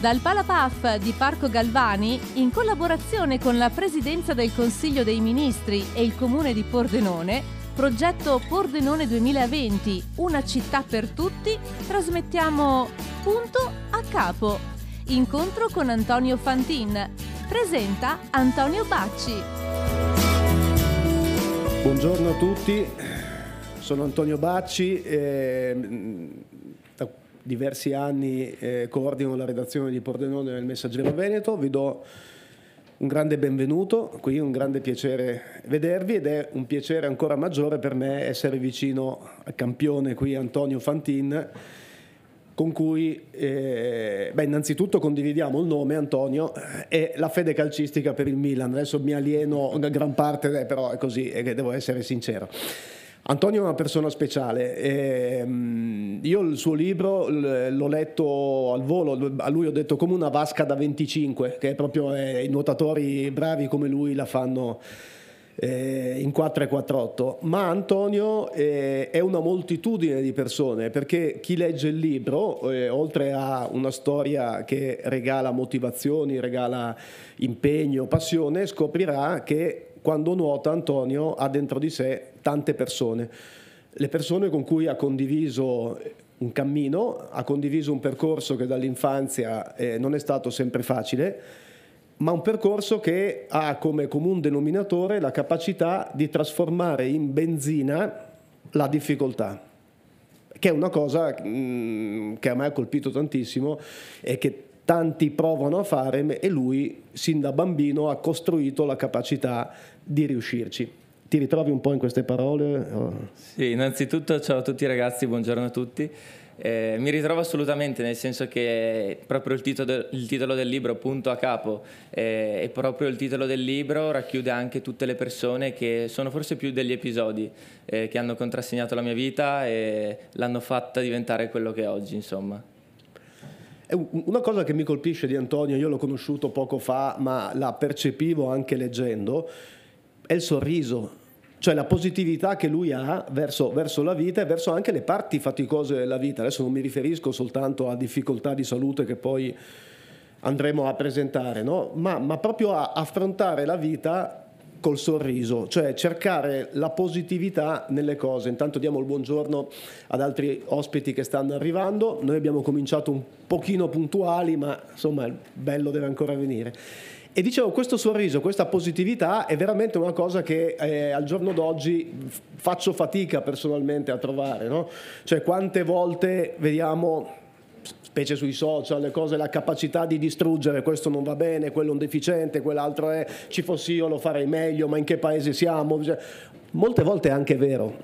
Dal Palapaf di Parco Galvani, in collaborazione con la Presidenza del Consiglio dei Ministri e il Comune di Pordenone, progetto Pordenone 2020, una città per tutti, trasmettiamo Punto a Capo. Incontro con Antonio Fantin. Presenta Antonio Bacci. Buongiorno a tutti, sono Antonio Bacci. Da diversi anni coordino la redazione di Pordenone del Messaggero Veneto. Vi do un grande benvenuto, qui un grande piacere vedervi, ed è un piacere ancora maggiore per me essere vicino al campione qui, Antonio Fantin, con cui innanzitutto condividiamo il nome, Antonio, e la fede calcistica per il Milan. Adesso mi alieno una gran parte, però è così, devo essere sincero. Antonio è una persona speciale. Io il suo libro l'ho letto al volo, a lui ho detto come una vasca da 25, che è proprio i nuotatori bravi come lui la fanno in 4 e 4-8, ma Antonio è una moltitudine di persone, perché chi legge il libro, oltre a una storia che regala motivazioni, regala impegno, passione, scoprirà che quando nuota Antonio ha dentro di sé tante persone, le persone con cui ha condiviso un cammino, ha condiviso un percorso che dall'infanzia non è stato sempre facile, ma un percorso che ha come comune denominatore la capacità di trasformare in benzina la difficoltà, che è una cosa che a me ha colpito tantissimo e che tanti provano a fare, e lui sin da bambino ha costruito la capacità di riuscirci. Ti ritrovi un po' in queste parole? Sì, innanzitutto ciao a tutti ragazzi, buongiorno a tutti. Mi ritrovo assolutamente, nel senso che proprio il titolo del libro, Punto a Capo, e proprio il titolo del libro racchiude anche tutte le persone che sono forse più degli episodi che hanno contrassegnato la mia vita e l'hanno fatta diventare quello che è oggi, insomma. Una cosa che mi colpisce di Antonio, io l'ho conosciuto poco fa, ma la percepivo anche leggendo, è il sorriso, cioè la positività che lui ha verso la vita e verso anche le parti faticose della vita. Adesso non mi riferisco soltanto a difficoltà di salute che poi andremo a presentare, no? Ma proprio a affrontare la vita col sorriso, cioè cercare la positività nelle cose. Intanto diamo il buongiorno ad altri ospiti che stanno arrivando. Noi abbiamo cominciato un pochino puntuali, ma insomma il bello deve ancora venire. E dicevo, questo sorriso, questa positività è veramente una cosa che al giorno d'oggi faccio fatica personalmente a trovare, no? Cioè quante volte vediamo, specie sui social, le cose, la capacità di distruggere, questo non va bene, quello è un deficiente, quell'altro è, ci fossi io lo farei meglio, ma in che paese siamo? Cioè, molte volte è anche vero,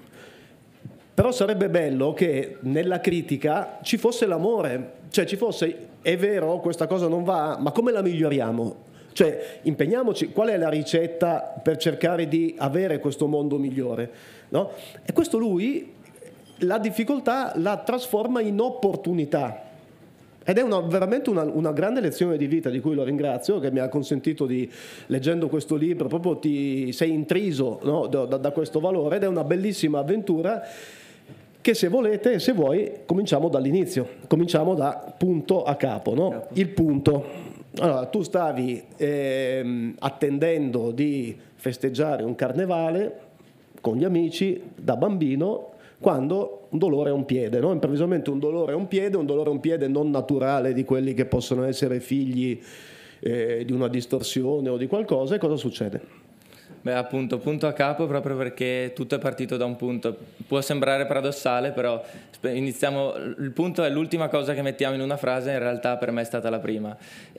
però sarebbe bello che nella critica ci fosse l'amore, cioè ci fosse, è vero, questa cosa non va, ma come la miglioriamo? Cioè impegniamoci, qual è la ricetta per cercare di avere questo mondo migliore, no? E questo lui la difficoltà la trasforma in opportunità, ed è veramente una grande lezione di vita, di cui lo ringrazio, che mi ha consentito di, leggendo questo libro, proprio ti sei intriso, no, da questo valore, ed è una bellissima avventura che, se volete e se vuoi, cominciamo dall'inizio, cominciamo da punto a capo, no? Il punto. Allora, tu stavi attendendo di festeggiare un carnevale con gli amici da bambino, quando un dolore a un piede, no? Improvvisamente un dolore a un piede non naturale, di quelli che possono essere figli di una distorsione o di qualcosa. E cosa succede? Beh, appunto, punto a capo, proprio perché tutto è partito da un punto. Può sembrare paradossale, però iniziamo. Il punto è l'ultima cosa che mettiamo in una frase, in realtà per me è stata la prima.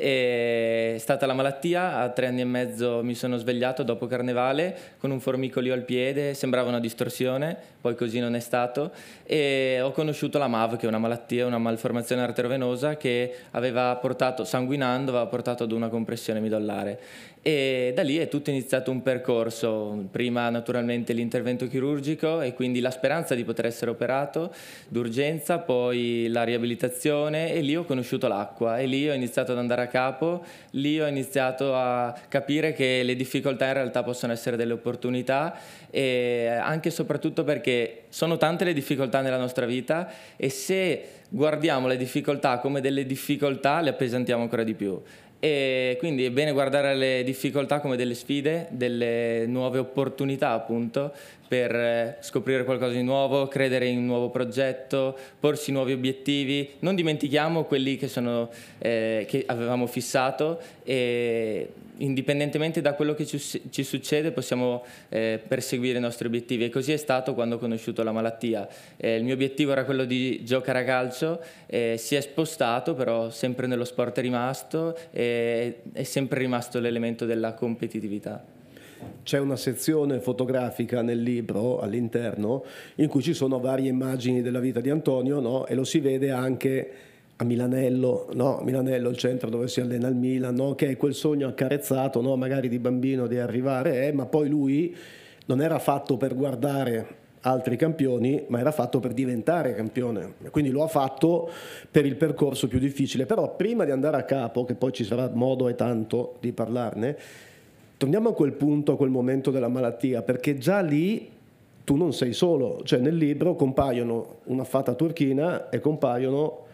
È stata la malattia, a 3 anni e mezzo mi sono svegliato dopo carnevale con un formicolio al piede, sembrava una distorsione, poi così non è stato, e ho conosciuto la MAV, che è una malattia, una malformazione arterovenosa che aveva portato, sanguinando, aveva portato ad una compressione midollare. E da lì è tutto iniziato un percorso percorso, prima naturalmente l'intervento chirurgico e quindi la speranza di poter essere operato d'urgenza, poi la riabilitazione, e lì ho conosciuto l'acqua e lì ho iniziato ad andare a capo, lì ho iniziato a capire che le difficoltà in realtà possono essere delle opportunità, e anche e soprattutto perché sono tante le difficoltà nella nostra vita, e se guardiamo le difficoltà come delle difficoltà le appesantiamo ancora di più. E quindi è bene guardare le difficoltà come delle sfide, delle nuove opportunità appunto per scoprire qualcosa di nuovo, credere in un nuovo progetto, porsi nuovi obiettivi. Non dimentichiamo quelli che avevamo fissato, e indipendentemente da quello che ci succede possiamo perseguire i nostri obiettivi, e così è stato quando ho conosciuto la malattia. Il mio obiettivo era quello di giocare a calcio, si è spostato, però sempre nello sport è rimasto, è sempre rimasto l'elemento della competitività. C'è una sezione fotografica nel libro all'interno in cui ci sono varie immagini della vita di Antonio, no? E lo si vede anche a Milanello, no? Milanello, il centro dove si allena il Milan, no? Che è quel sogno accarezzato, no? Magari di bambino, di arrivare, ma poi lui non era fatto per guardare altri campioni, ma era fatto per diventare campione, quindi lo ha fatto per il percorso più difficile. Però prima di andare a capo, che poi ci sarà modo e tanto di parlarne, torniamo a quel punto, a quel momento della malattia, perché già lì tu non sei solo, cioè nel libro compaiono una fata turchina e compare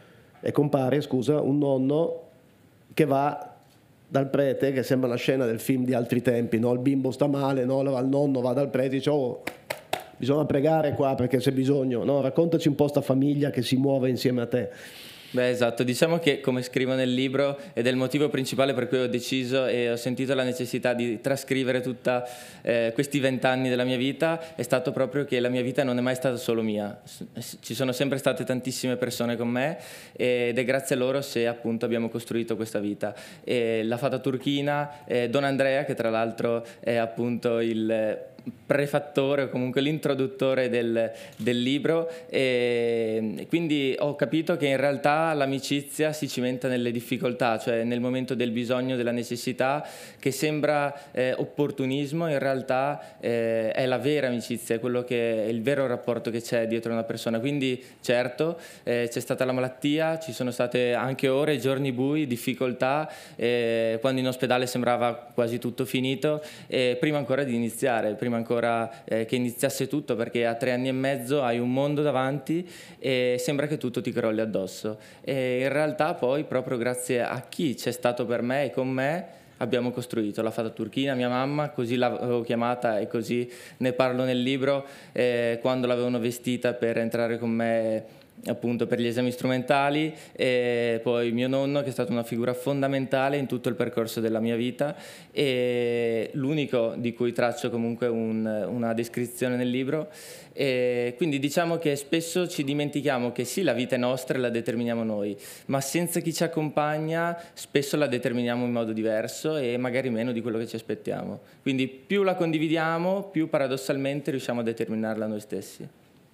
un nonno che va dal prete, che sembra la scena del film di altri tempi, no? Il bimbo sta male, no? Il nonno va dal prete e dice: oh, bisogna pregare qua perché c'è bisogno, no? Raccontaci un po' sta famiglia che si muove insieme a te. Beh, esatto, diciamo che, come scrivo nel libro, ed è il motivo principale per cui ho deciso e ho sentito la necessità di trascrivere tutta questi 20 anni della mia vita, è stato proprio che la mia vita non è mai stata solo mia. Ci sono sempre state tantissime persone con me, ed è grazie a loro se appunto abbiamo costruito questa vita. La fata turchina, Don Andrea, che tra l'altro è appunto il prefattore o comunque l'introduttore del libro, e quindi ho capito che in realtà l'amicizia si cimenta nelle difficoltà, cioè nel momento del bisogno, della necessità, che sembra opportunismo, in realtà è la vera amicizia, è quello che è il vero rapporto che c'è dietro una persona. Quindi certo, c'è stata la malattia, ci sono state anche ore, giorni bui, difficoltà, quando in ospedale sembrava quasi tutto finito, prima ancora di iniziare, prima ancora che iniziasse tutto, perché a 3 anni e mezzo hai un mondo davanti e sembra che tutto ti crolli addosso, e in realtà poi proprio grazie a chi c'è stato per me e con me abbiamo costruito la fata turchina. Mia mamma, così l'avevo chiamata e così ne parlo nel libro, quando l'avevano vestita per entrare con me appunto per gli esami strumentali, e poi mio nonno, che è stato una figura fondamentale in tutto il percorso della mia vita, e l'unico di cui traccio comunque una descrizione nel libro. E quindi diciamo che spesso ci dimentichiamo che sì, la vita è nostra e la determiniamo noi, ma senza chi ci accompagna spesso la determiniamo in modo diverso e magari meno di quello che ci aspettiamo. Quindi più la condividiamo, più paradossalmente riusciamo a determinarla noi stessi.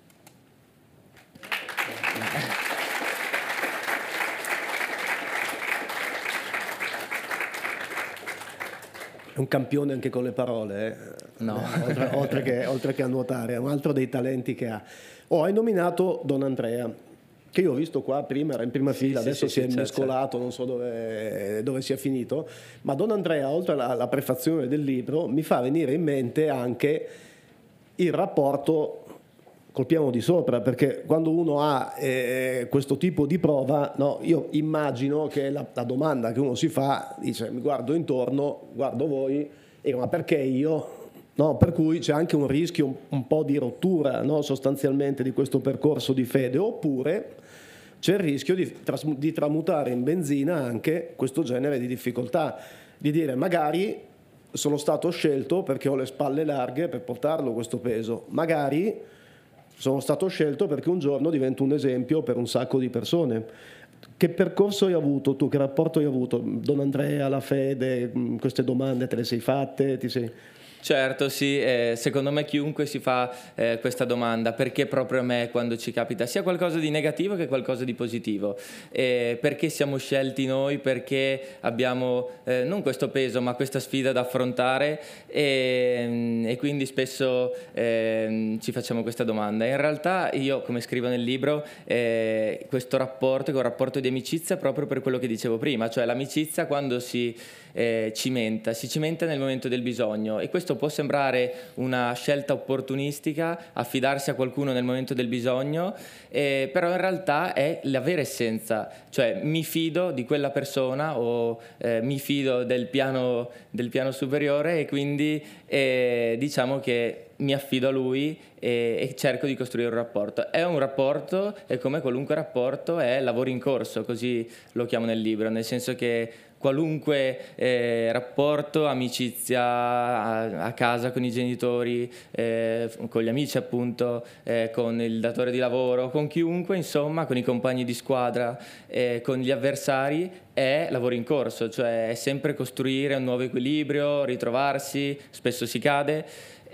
È un campione anche con le parole, No. oltre che a nuotare, è un altro dei talenti che ha. Hai nominato Don Andrea, che io ho visto qua prima, era in prima fila, adesso si è mescolato, non so dove sia finito, ma Don Andrea, oltre alla prefazione del libro, mi fa venire in mente anche il rapporto col piano di sopra, perché quando uno ha questo tipo di prova, no, io immagino che la domanda che uno si fa, dice: mi guardo intorno, guardo voi, e ma perché io? No, per cui c'è anche un rischio un po' di rottura, no, sostanzialmente, di questo percorso di fede, oppure c'è il rischio di tramutare in benzina anche questo genere di difficoltà, di dire: magari sono stato scelto perché ho le spalle larghe per portarlo questo peso, magari sono stato scelto perché un giorno divento un esempio per un sacco di persone. Che percorso hai avuto tu? Che rapporto hai avuto? Don Andrea, la fede, queste domande te le sei fatte? Certo, sì, secondo me chiunque si fa questa domanda, perché proprio a me quando ci capita sia qualcosa di negativo che qualcosa di positivo, perché siamo scelti noi, perché abbiamo non questo peso ma questa sfida da affrontare e quindi spesso ci facciamo questa domanda. In realtà io, come scrivo nel libro, questo rapporto che è un rapporto di amicizia proprio per quello che dicevo prima, cioè l'amicizia quando si cimenta nel momento del bisogno, e questo può sembrare una scelta opportunistica, affidarsi a qualcuno nel momento del bisogno, però in realtà è la vera essenza, cioè mi fido di quella persona o mi fido del piano superiore, e quindi diciamo che mi affido a lui e cerco di costruire un rapporto. È un rapporto, e come qualunque rapporto è lavoro in corso, così lo chiamo nel libro, nel senso che qualunque rapporto, amicizia a casa con i genitori, con gli amici appunto, con il datore di lavoro, con chiunque, insomma, con i compagni di squadra, con gli avversari, è lavoro in corso, cioè è sempre costruire un nuovo equilibrio, ritrovarsi, spesso si cade,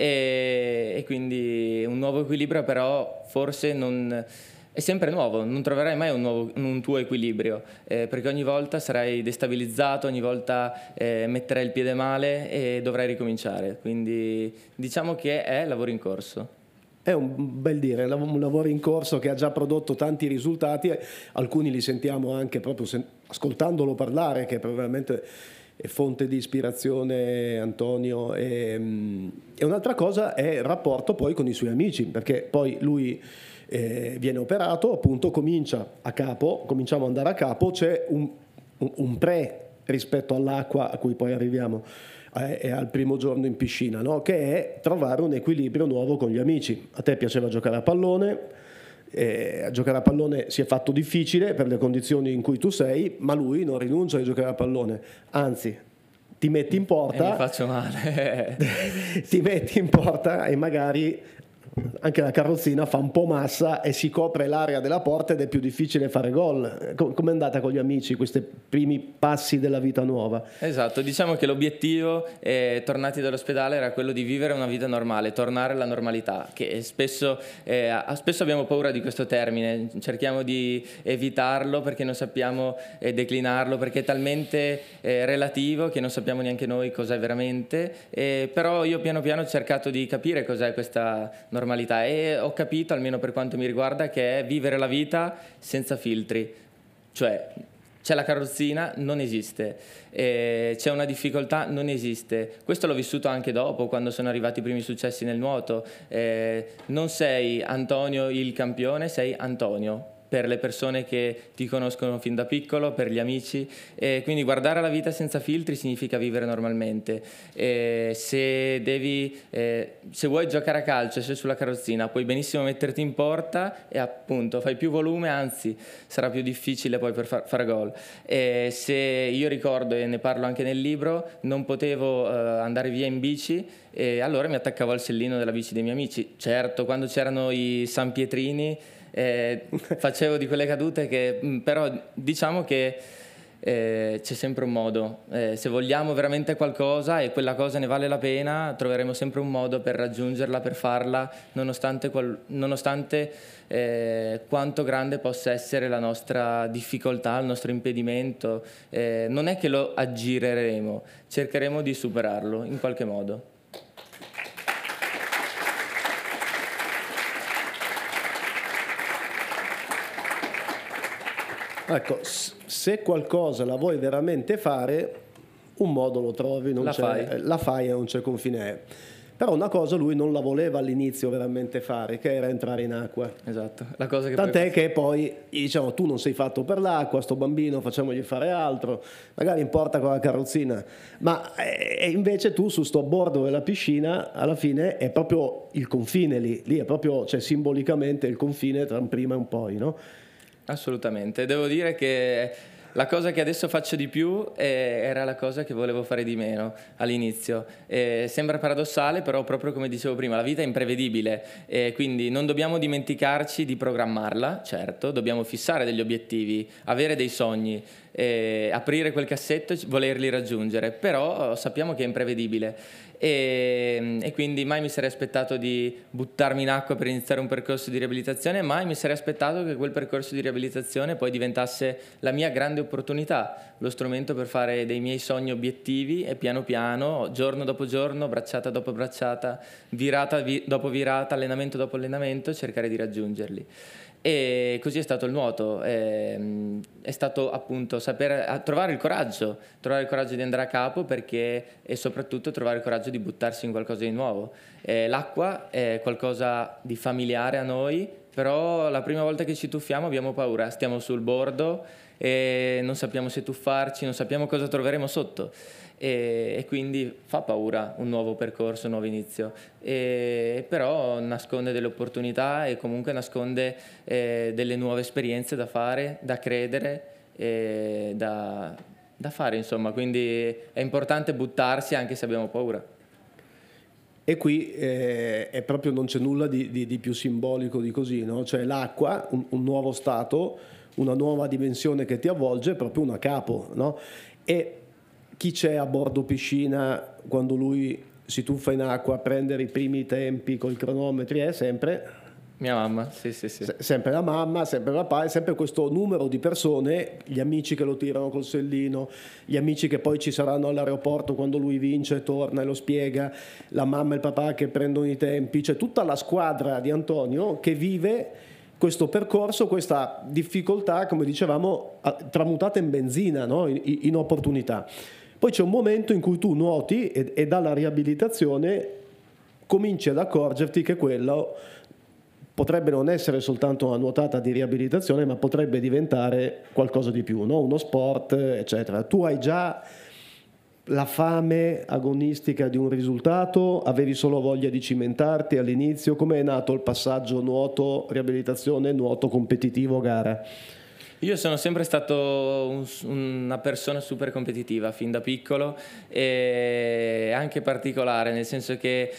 e quindi un nuovo equilibrio però forse non... È sempre nuovo, non troverai mai un tuo equilibrio, perché ogni volta sarai destabilizzato, ogni volta metterai il piede male e dovrai ricominciare, quindi diciamo che è lavoro in corso. È un bel dire, un lavoro in corso che ha già prodotto tanti risultati, alcuni li sentiamo anche proprio ascoltandolo parlare, che probabilmente è fonte di ispirazione, Antonio, e un'altra cosa è il rapporto poi con i suoi amici, perché poi lui... viene operato, appunto cominciamo ad andare a capo, c'è un pre rispetto all'acqua a cui poi arriviamo al primo giorno in piscina, no? Che è trovare un equilibrio nuovo con gli amici. A te piaceva giocare a pallone, a giocare a pallone si è fatto difficile per le condizioni in cui tu sei, ma lui non rinuncia a giocare a pallone, anzi ti metti in porta e mi faccio male ti metti in porta e magari anche la carrozzina fa un po' massa e si copre l'area della porta ed è più difficile fare gol. Com'è andata con gli amici questi primi passi della vita nuova? Esatto, diciamo che l'obiettivo, tornati dall'ospedale, era quello di vivere una vita normale, tornare alla normalità, che spesso abbiamo paura di questo termine, cerchiamo di evitarlo perché non sappiamo declinarlo, perché è talmente relativo che non sappiamo neanche noi cos'è veramente, però io piano piano ho cercato di capire cos'è questa normalità e ho capito, almeno per quanto mi riguarda, che è vivere la vita senza filtri, cioè c'è la carrozzina, non esiste, c'è una difficoltà, non esiste. Questo l'ho vissuto anche dopo, quando sono arrivati i primi successi nel nuoto. Non sei Antonio il campione, sei Antonio, per le persone che ti conoscono fin da piccolo, per gli amici, quindi guardare la vita senza filtri significa vivere normalmente. Se vuoi giocare a calcio e sei sulla carrozzina, puoi benissimo metterti in porta e appunto fai più volume, anzi sarà più difficile poi per fare gol. Se io ricordo, e ne parlo anche nel libro, non potevo andare via in bici, e allora mi attaccavo al sellino della bici dei miei amici. Certo, quando c'erano i San Pietrini, facevo di quelle cadute che però diciamo che c'è sempre un modo, se vogliamo veramente qualcosa e quella cosa ne vale la pena, troveremo sempre un modo per raggiungerla, per farla, nonostante quanto grande possa essere la nostra difficoltà, il nostro impedimento. Non è che lo aggireremo, cercheremo di superarlo in qualche modo. Ecco, se qualcosa la vuoi veramente fare, un modo lo trovi, la fai e non c'è confine. Però una cosa lui non la voleva all'inizio veramente fare, che era entrare in acqua. Esatto. La cosa che tant'è che poi gli diciamo: tu non sei fatto per l'acqua, sto bambino, facciamogli fare altro, magari in porta con la carrozzina. Ma invece tu su sto bordo della piscina, alla fine è proprio il confine lì è proprio, cioè simbolicamente il confine tra un prima e un poi, no? Assolutamente, devo dire che la cosa che adesso faccio di più era la cosa che volevo fare di meno all'inizio. Sembra paradossale, però proprio come dicevo prima, la vita è imprevedibile, quindi non dobbiamo dimenticarci di programmarla, certo, dobbiamo fissare degli obiettivi, avere dei sogni, aprire quel cassetto e volerli raggiungere, però sappiamo che è imprevedibile. e quindi mai mi sarei aspettato di buttarmi in acqua per iniziare un percorso di riabilitazione, mai mi sarei aspettato che quel percorso di riabilitazione poi diventasse la mia grande opportunità, lo strumento per fare dei miei sogni obiettivi e piano piano, giorno dopo giorno, bracciata dopo bracciata, virata dopo virata, allenamento dopo allenamento, cercare di raggiungerli. E così è stato il nuoto, è stato appunto trovare il coraggio di andare a capo, perché e soprattutto trovare il coraggio di buttarsi in qualcosa di nuovo. L'acqua è qualcosa di familiare a noi, però la prima volta che ci tuffiamo abbiamo paura, stiamo sul bordo e non sappiamo se tuffarci, non sappiamo cosa troveremo sotto. E quindi fa paura un nuovo percorso, un nuovo inizio, però nasconde delle opportunità e comunque nasconde delle nuove esperienze da fare, da credere, da fare, insomma, quindi è importante buttarsi anche se abbiamo paura. E qui è proprio, non c'è nulla di più simbolico di così, no? Cioè l'acqua, un nuovo stato, una nuova dimensione che ti avvolge, è proprio una capo, no? E chi c'è a bordo piscina quando lui si tuffa in acqua a prendere i primi tempi con i cronometri? È sempre mia mamma, sì. Sempre la mamma, sempre il papà, è sempre questo numero di persone, gli amici che lo tirano col sellino, gli amici che poi ci saranno all'aeroporto quando lui vince, torna e lo spiega, la mamma e il papà che prendono i tempi, cioè tutta la squadra di Antonio che vive questo percorso, questa difficoltà, come dicevamo, tramutata in benzina, no? in opportunità. Poi c'è un momento in cui tu nuoti e dalla riabilitazione cominci ad accorgerti che quello potrebbe non essere soltanto una nuotata di riabilitazione, ma potrebbe diventare qualcosa di più, no? Uno sport, eccetera. Tu hai già la fame agonistica di un risultato? Avevi solo voglia di cimentarti all'inizio? Come è nato il passaggio nuoto, riabilitazione, nuoto competitivo, gara? Io sono sempre stato una persona super competitiva fin da piccolo e anche particolare, nel senso che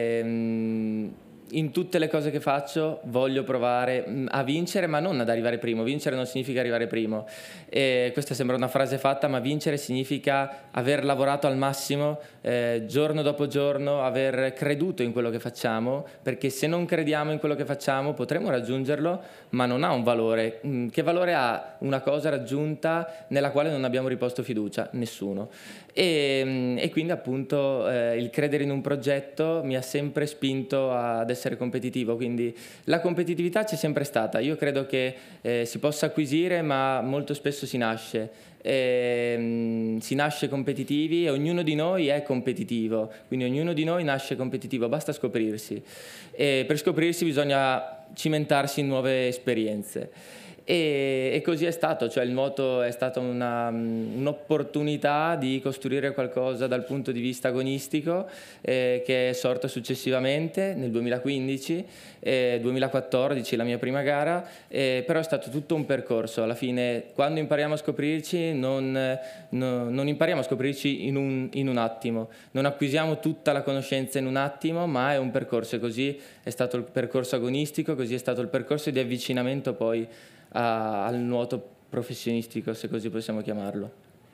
in tutte le cose che faccio voglio provare a vincere, ma non ad arrivare primo. Vincere non significa arrivare primo. Questa sembra una frase fatta, ma vincere significa aver lavorato al massimo giorno dopo giorno, aver creduto in quello che facciamo, perché se non crediamo in quello che facciamo potremo raggiungerlo, ma non ha un valore. Che valore ha una cosa raggiunta nella quale non abbiamo riposto fiducia? Nessuno. E quindi appunto il credere in un progetto mi ha sempre spinto ad essere competitivo, quindi la competitività c'è sempre stata. Io credo che si possa acquisire, ma molto spesso si nasce competitivi e ognuno di noi è competitivo, quindi ognuno di noi nasce competitivo, basta scoprirsi e per scoprirsi bisogna cimentarsi in nuove esperienze. E così è stato, cioè il nuoto è stata un'opportunità di costruire qualcosa dal punto di vista agonistico che è sorto successivamente nel 2015, 2014 la mia prima gara, però è stato tutto un percorso. Alla fine quando impariamo a scoprirci non impariamo a scoprirci in un attimo, non acquisiamo tutta la conoscenza in un attimo, ma è un percorso, e così è stato il percorso agonistico, così è stato il percorso di avvicinamento poi al nuoto professionistico, se così possiamo chiamarlo.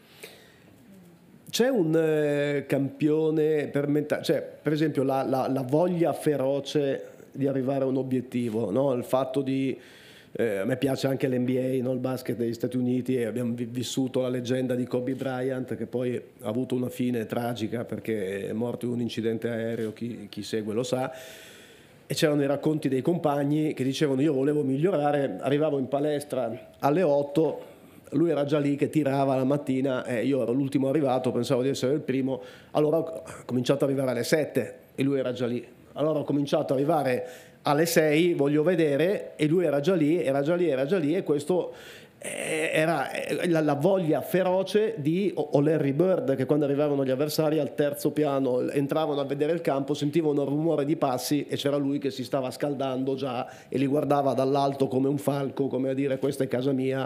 C'è un campione cioè per esempio la voglia feroce di arrivare a un obiettivo, no? Il fatto di a me piace anche l'NBA, no? Il basket degli Stati Uniti, e abbiamo vissuto la leggenda di Kobe Bryant, che poi ha avuto una fine tragica perché è morto in un incidente aereo, chi segue lo sa. E c'erano i racconti dei compagni che dicevano: io volevo migliorare, arrivavo in palestra alle 8, lui era già lì che tirava la mattina, io ero l'ultimo arrivato, pensavo di essere il primo, allora ho cominciato ad arrivare alle 7 e lui era già lì, allora ho cominciato ad arrivare alle 6, voglio vedere, e lui era già lì, e questo era la voglia feroce o Larry Bird, che quando arrivavano gli avversari al terzo piano entravano a vedere il campo, sentivano il rumore di passi e c'era lui che si stava scaldando già e li guardava dall'alto come un falco, come a dire: questa è casa mia,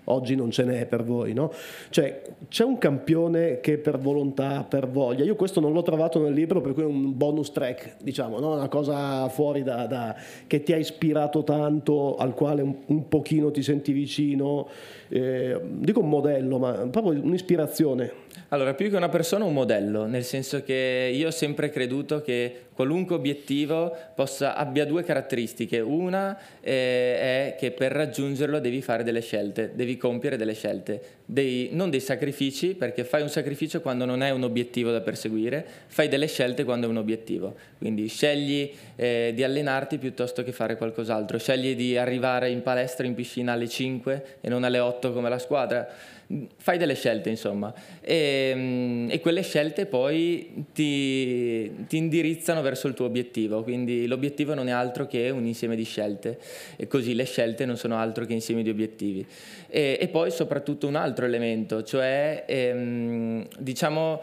oggi non ce n'è per voi, no? Cioè, c'è un campione che per volontà, per voglia, io questo non l'ho trovato nel libro, per cui è un bonus track, diciamo, no? Una cosa fuori che ti ha ispirato tanto, al quale un pochino ti senti vicino, dico un modello, ma proprio un'ispirazione. Allora, più che una persona, un modello, nel senso che io ho sempre creduto che qualunque obiettivo abbia due caratteristiche. Una è che per raggiungerlo devi fare delle scelte, devi compiere delle scelte, non dei sacrifici, perché fai un sacrificio quando non è un obiettivo da perseguire, fai delle scelte quando è un obiettivo. Quindi scegli di allenarti piuttosto che fare qualcos'altro, scegli di arrivare in palestra, in piscina alle 5 e non alle 8 come la squadra. Fai delle scelte, insomma, e quelle scelte poi ti indirizzano verso il tuo obiettivo, quindi l'obiettivo non è altro che un insieme di scelte, e così le scelte non sono altro che insiemi di obiettivi. E poi soprattutto un altro elemento, cioè diciamo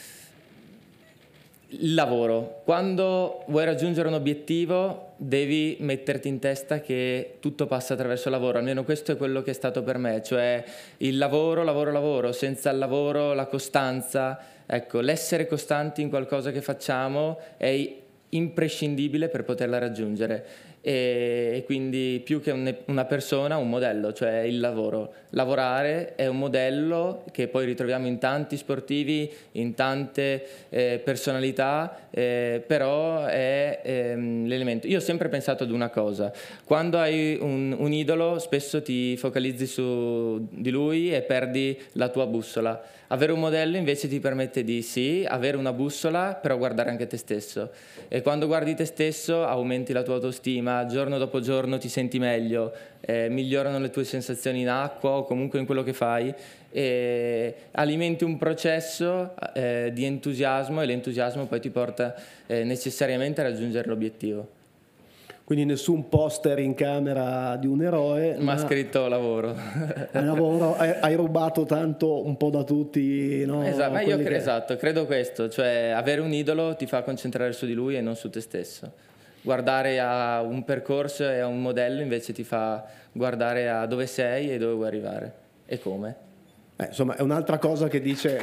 il lavoro. Quando vuoi raggiungere un obiettivo devi metterti in testa che tutto passa attraverso il lavoro, almeno questo è quello che è stato per me, cioè il lavoro, senza il lavoro la costanza, ecco, l'essere costanti in qualcosa che facciamo è imprescindibile per poterla raggiungere. E quindi più che una persona, un modello, cioè il lavoro. Lavorare è un modello che poi ritroviamo in tanti sportivi, in tante personalità, però è l'elemento. Io ho sempre pensato ad una cosa: quando hai un idolo spesso ti focalizzi su di lui e perdi la tua bussola. Avere un modello invece ti permette di sì, avere una bussola, però guardare anche te stesso. E quando guardi te stesso aumenti la tua autostima, giorno dopo giorno ti senti meglio, migliorano le tue sensazioni in acqua o comunque in quello che fai, e alimenti un processo di entusiasmo, e l'entusiasmo poi ti porta necessariamente a raggiungere l'obiettivo. Quindi nessun poster in camera di un eroe, ma scritto lavoro. Lavoro, hai rubato tanto un po' da tutti, no? Esatto, ma io esatto, credo questo, cioè avere un idolo ti fa concentrare su di lui e non su te stesso. Guardare a un percorso e a un modello invece ti fa guardare a dove sei e dove vuoi arrivare e come. Insomma, è un'altra cosa che dice...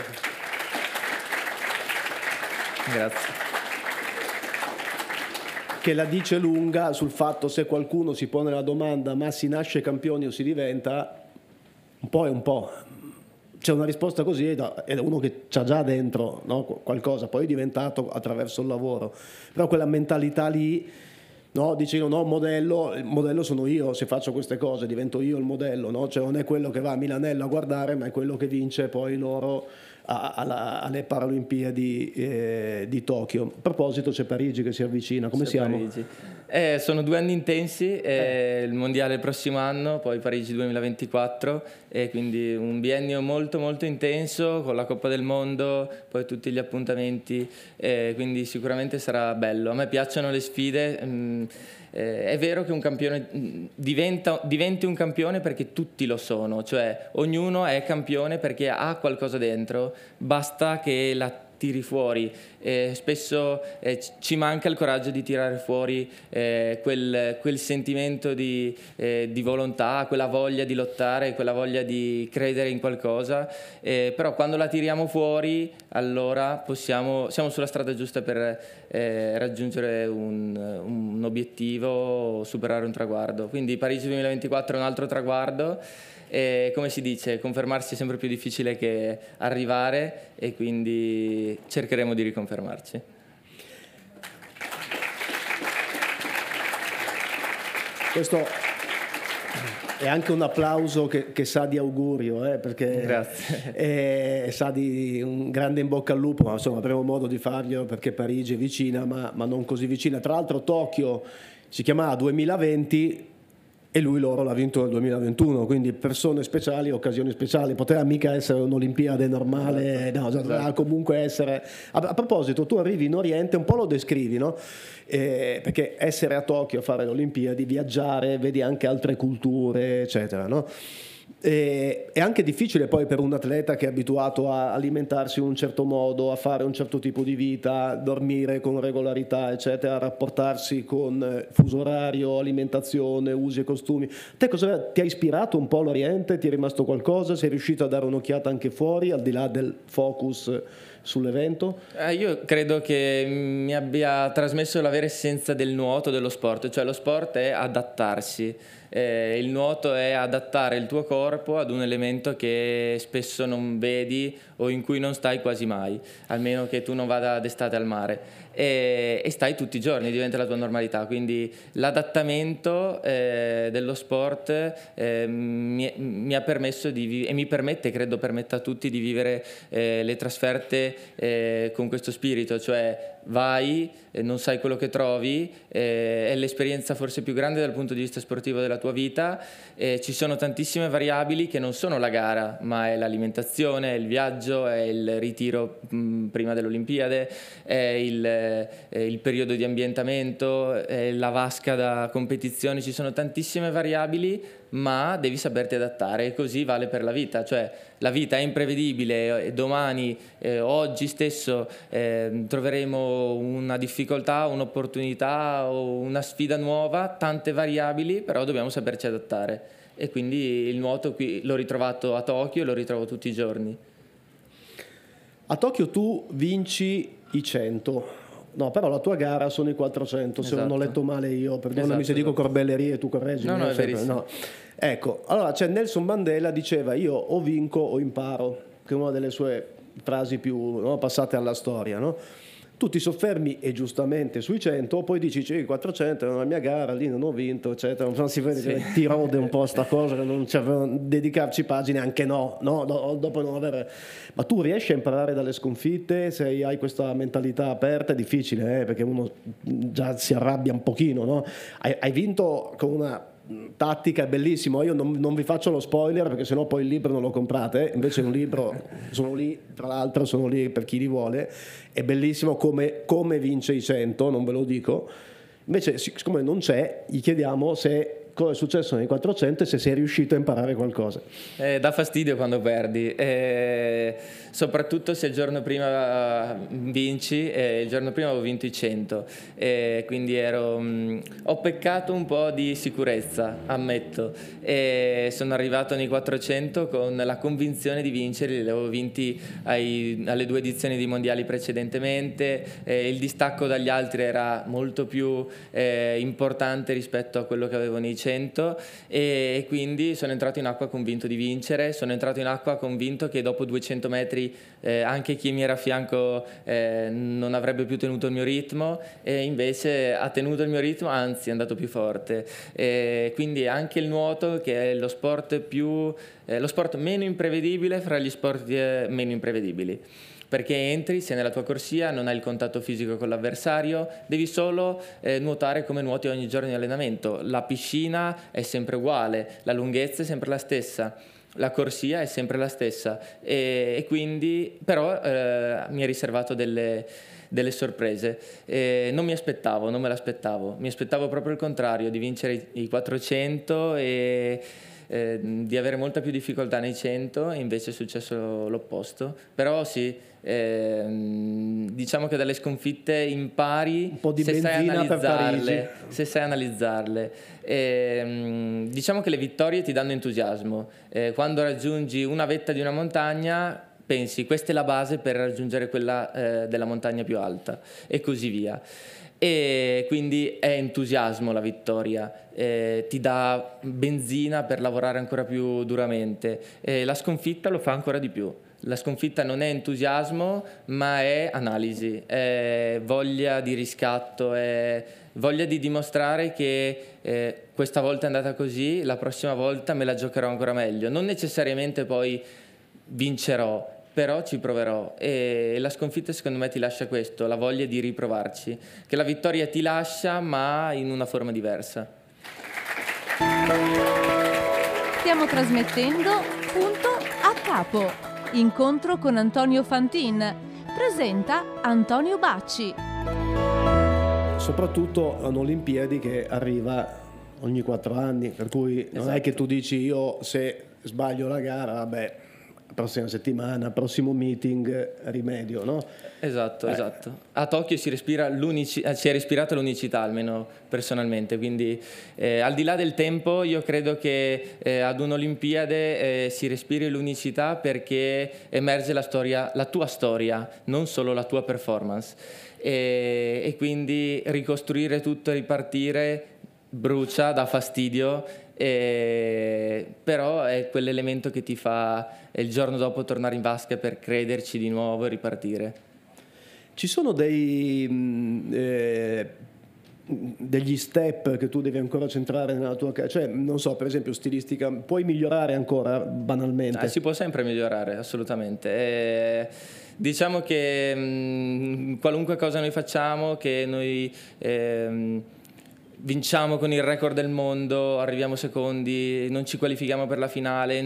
Grazie. Che la dice lunga sul fatto, se qualcuno si pone la domanda ma si nasce campioni o si diventa, un po' e un po'. C'è una risposta così ed è uno che c'ha già dentro, no? Qualcosa, poi è diventato attraverso il lavoro. Però quella mentalità lì, no? Dici no, il modello sono io, se faccio queste cose divento io il modello, no? Cioè non è quello che va a Milanello a guardare, ma è quello che vince poi loro alle Paralimpiadi di Tokyo. A proposito, c'è Parigi che si avvicina, come siamo? Parigi. Sono 2 anni intensi, il mondiale il prossimo anno, poi Parigi 2024, e quindi un biennio molto molto intenso con la Coppa del Mondo, poi tutti gli appuntamenti, quindi sicuramente sarà bello. A me piacciono le sfide. È vero che un campione diventi un campione perché tutti lo sono, cioè ognuno è campione perché ha qualcosa dentro, basta che la tiri fuori. Spesso ci manca il coraggio di tirare fuori quel sentimento di volontà, quella voglia di lottare, quella voglia di credere in qualcosa, però quando la tiriamo fuori allora siamo sulla strada giusta per raggiungere un obiettivo, superare un traguardo. Quindi Parigi 2024 è un altro traguardo. E come si dice, confermarsi è sempre più difficile che arrivare, e quindi cercheremo di riconfermarci. Questo è anche un applauso che sa di augurio, perché grazie. Sa di un grande in bocca al lupo, ma insomma avremo modo di farglielo perché Parigi è vicina, ma non così vicina. Tra l'altro Tokyo si chiamava 2020 e lui l'ha vinto nel 2021, quindi persone speciali, occasioni speciali. Poteva mica essere un'Olimpiade normale, no, esatto. Comunque essere... A proposito, tu arrivi in Oriente, un po' lo descrivi, no? Perché essere a Tokyo a fare le Olimpiadi, viaggiare, vedi anche altre culture, eccetera, no? È anche difficile poi per un atleta che è abituato a alimentarsi in un certo modo, a fare un certo tipo di vita, dormire con regolarità, eccetera, rapportarsi con fuso orario, alimentazione, usi e costumi. Te cosa ti ha ispirato un po' l'Oriente? Ti è rimasto qualcosa? Sei riuscito a dare un'occhiata anche fuori, al di là del focus sull'evento? Io credo che mi abbia trasmesso la vera essenza del nuoto, dello sport, cioè lo sport è adattarsi. Il nuoto è adattare il tuo corpo ad un elemento che spesso non vedi o in cui non stai quasi mai, almeno che tu non vada d'estate al mare. E stai tutti i giorni, diventa la tua normalità, quindi l'adattamento dello sport mi ha permesso e mi permette, credo permetta a tutti, di vivere le trasferte con questo spirito, cioè vai, non sai quello che trovi, è l'esperienza forse più grande dal punto di vista sportivo della tua vita, ci sono tantissime variabili che non sono la gara, ma è l'alimentazione, è il viaggio, è il ritiro prima dell'Olimpiade, è il periodo di ambientamento, è la vasca da competizione, ci sono tantissime variabili, ma devi saperti adattare, e così vale per la vita, cioè la vita è imprevedibile, domani, oggi stesso troveremo una difficoltà, un'opportunità o una sfida nuova, tante variabili, però dobbiamo saperci adattare, e quindi il nuoto qui l'ho ritrovato a Tokyo e lo ritrovo tutti i giorni. A Tokyo tu vinci i 100. No, però la tua gara sono i 400, se non ho letto male io, perdonami se dico corbellerie, tu correggimi. No, è verissimo. No. Ecco, allora Nelson Mandela diceva: io o vinco o imparo, che è una delle sue frasi più passate alla storia, no? Tu ti soffermi, e giustamente, sui 100, poi dici 400 è una mia gara, lì non ho vinto, eccetera. Non si vede che ti rode un po' sta cosa, che non ci avevano dedicarci pagine, anche no, dopo non avere. Ma tu riesci a imparare dalle sconfitte? Se hai questa mentalità aperta è difficile, perché uno già si arrabbia un pochino, no? Hai vinto con una tattica, è bellissimo. Io non vi faccio lo spoiler, perché sennò poi il libro non lo comprate. Invece un libro, sono lì, tra l'altro sono lì per chi li vuole, è bellissimo come vince i 100, non ve lo dico. Invece siccome non c'è, gli chiediamo cosa è successo nei 400 e se sei riuscito a imparare qualcosa. Dà fastidio quando perdi, soprattutto se il giorno prima vinci. Il giorno prima avevo vinto i 100, quindi ho peccato un po' di sicurezza, ammetto, e sono arrivato nei 400 con la convinzione di vincere. Li avevo vinti alle 2 edizioni di mondiali precedentemente, il distacco dagli altri era molto più importante rispetto a quello che avevo nei 100, e quindi sono entrato in acqua convinto di vincere. Sono entrato in acqua convinto che dopo 200 metri anche chi mi era a fianco non avrebbe più tenuto il mio ritmo, e invece ha tenuto il mio ritmo, anzi è andato più forte. Quindi anche il nuoto, che è lo sport meno imprevedibile fra gli sport meno imprevedibili, perché entri, sei nella tua corsia, non hai il contatto fisico con l'avversario, devi solo nuotare come nuoti ogni giorno in allenamento. La piscina è sempre uguale, la lunghezza è sempre la stessa, la corsia è sempre la stessa, e quindi però mi è riservato delle sorprese. Non me l'aspettavo, mi aspettavo proprio il contrario, di vincere i 400 e di avere molta più difficoltà nei 100, e invece è successo l'opposto. Però sì, diciamo che dalle sconfitte impari un po' di se sai analizzarle. Diciamo che le vittorie ti danno entusiasmo. Quando raggiungi una vetta di una montagna pensi: questa è la base per raggiungere quella della montagna più alta, e così via. E quindi è entusiasmo la vittoria, ti dà benzina per lavorare ancora più duramente, la sconfitta lo fa ancora di più. La sconfitta non è entusiasmo, ma è analisi, è voglia di riscatto, è voglia di dimostrare che questa volta è andata così, la prossima volta me la giocherò ancora meglio. Non necessariamente poi vincerò, però ci proverò, e la sconfitta secondo me ti lascia questo, la voglia di riprovarci, che la vittoria ti lascia, ma in una forma diversa. Stiamo trasmettendo Punto a Capo. Incontro con Antonio Fantin. Presenta Antonio Bacci. Soprattutto un'Olimpiadi che arriva ogni 4 anni, per cui non è che tu dici: io se sbaglio la gara, vabbè, prossima settimana, prossimo meeting, rimedio, no? Esatto. A Tokyo si è respirata l'unicità, almeno personalmente, quindi al di là del tempo io credo che ad un'Olimpiade si respiri l'unicità perché emerge la tua storia, non solo la tua performance, e quindi ricostruire tutto e ripartire brucia, dà fastidio, però è quell'elemento che ti fa il giorno dopo tornare in vasca per crederci di nuovo e ripartire. Ci sono degli step che tu devi ancora centrare nella tua carriera, cioè non so, per esempio stilistica, puoi migliorare ancora banalmente? Si può sempre migliorare, assolutamente. Diciamo che qualunque cosa noi facciamo, che noi vinciamo con il record del mondo, arriviamo secondi, non ci qualifichiamo per la finale,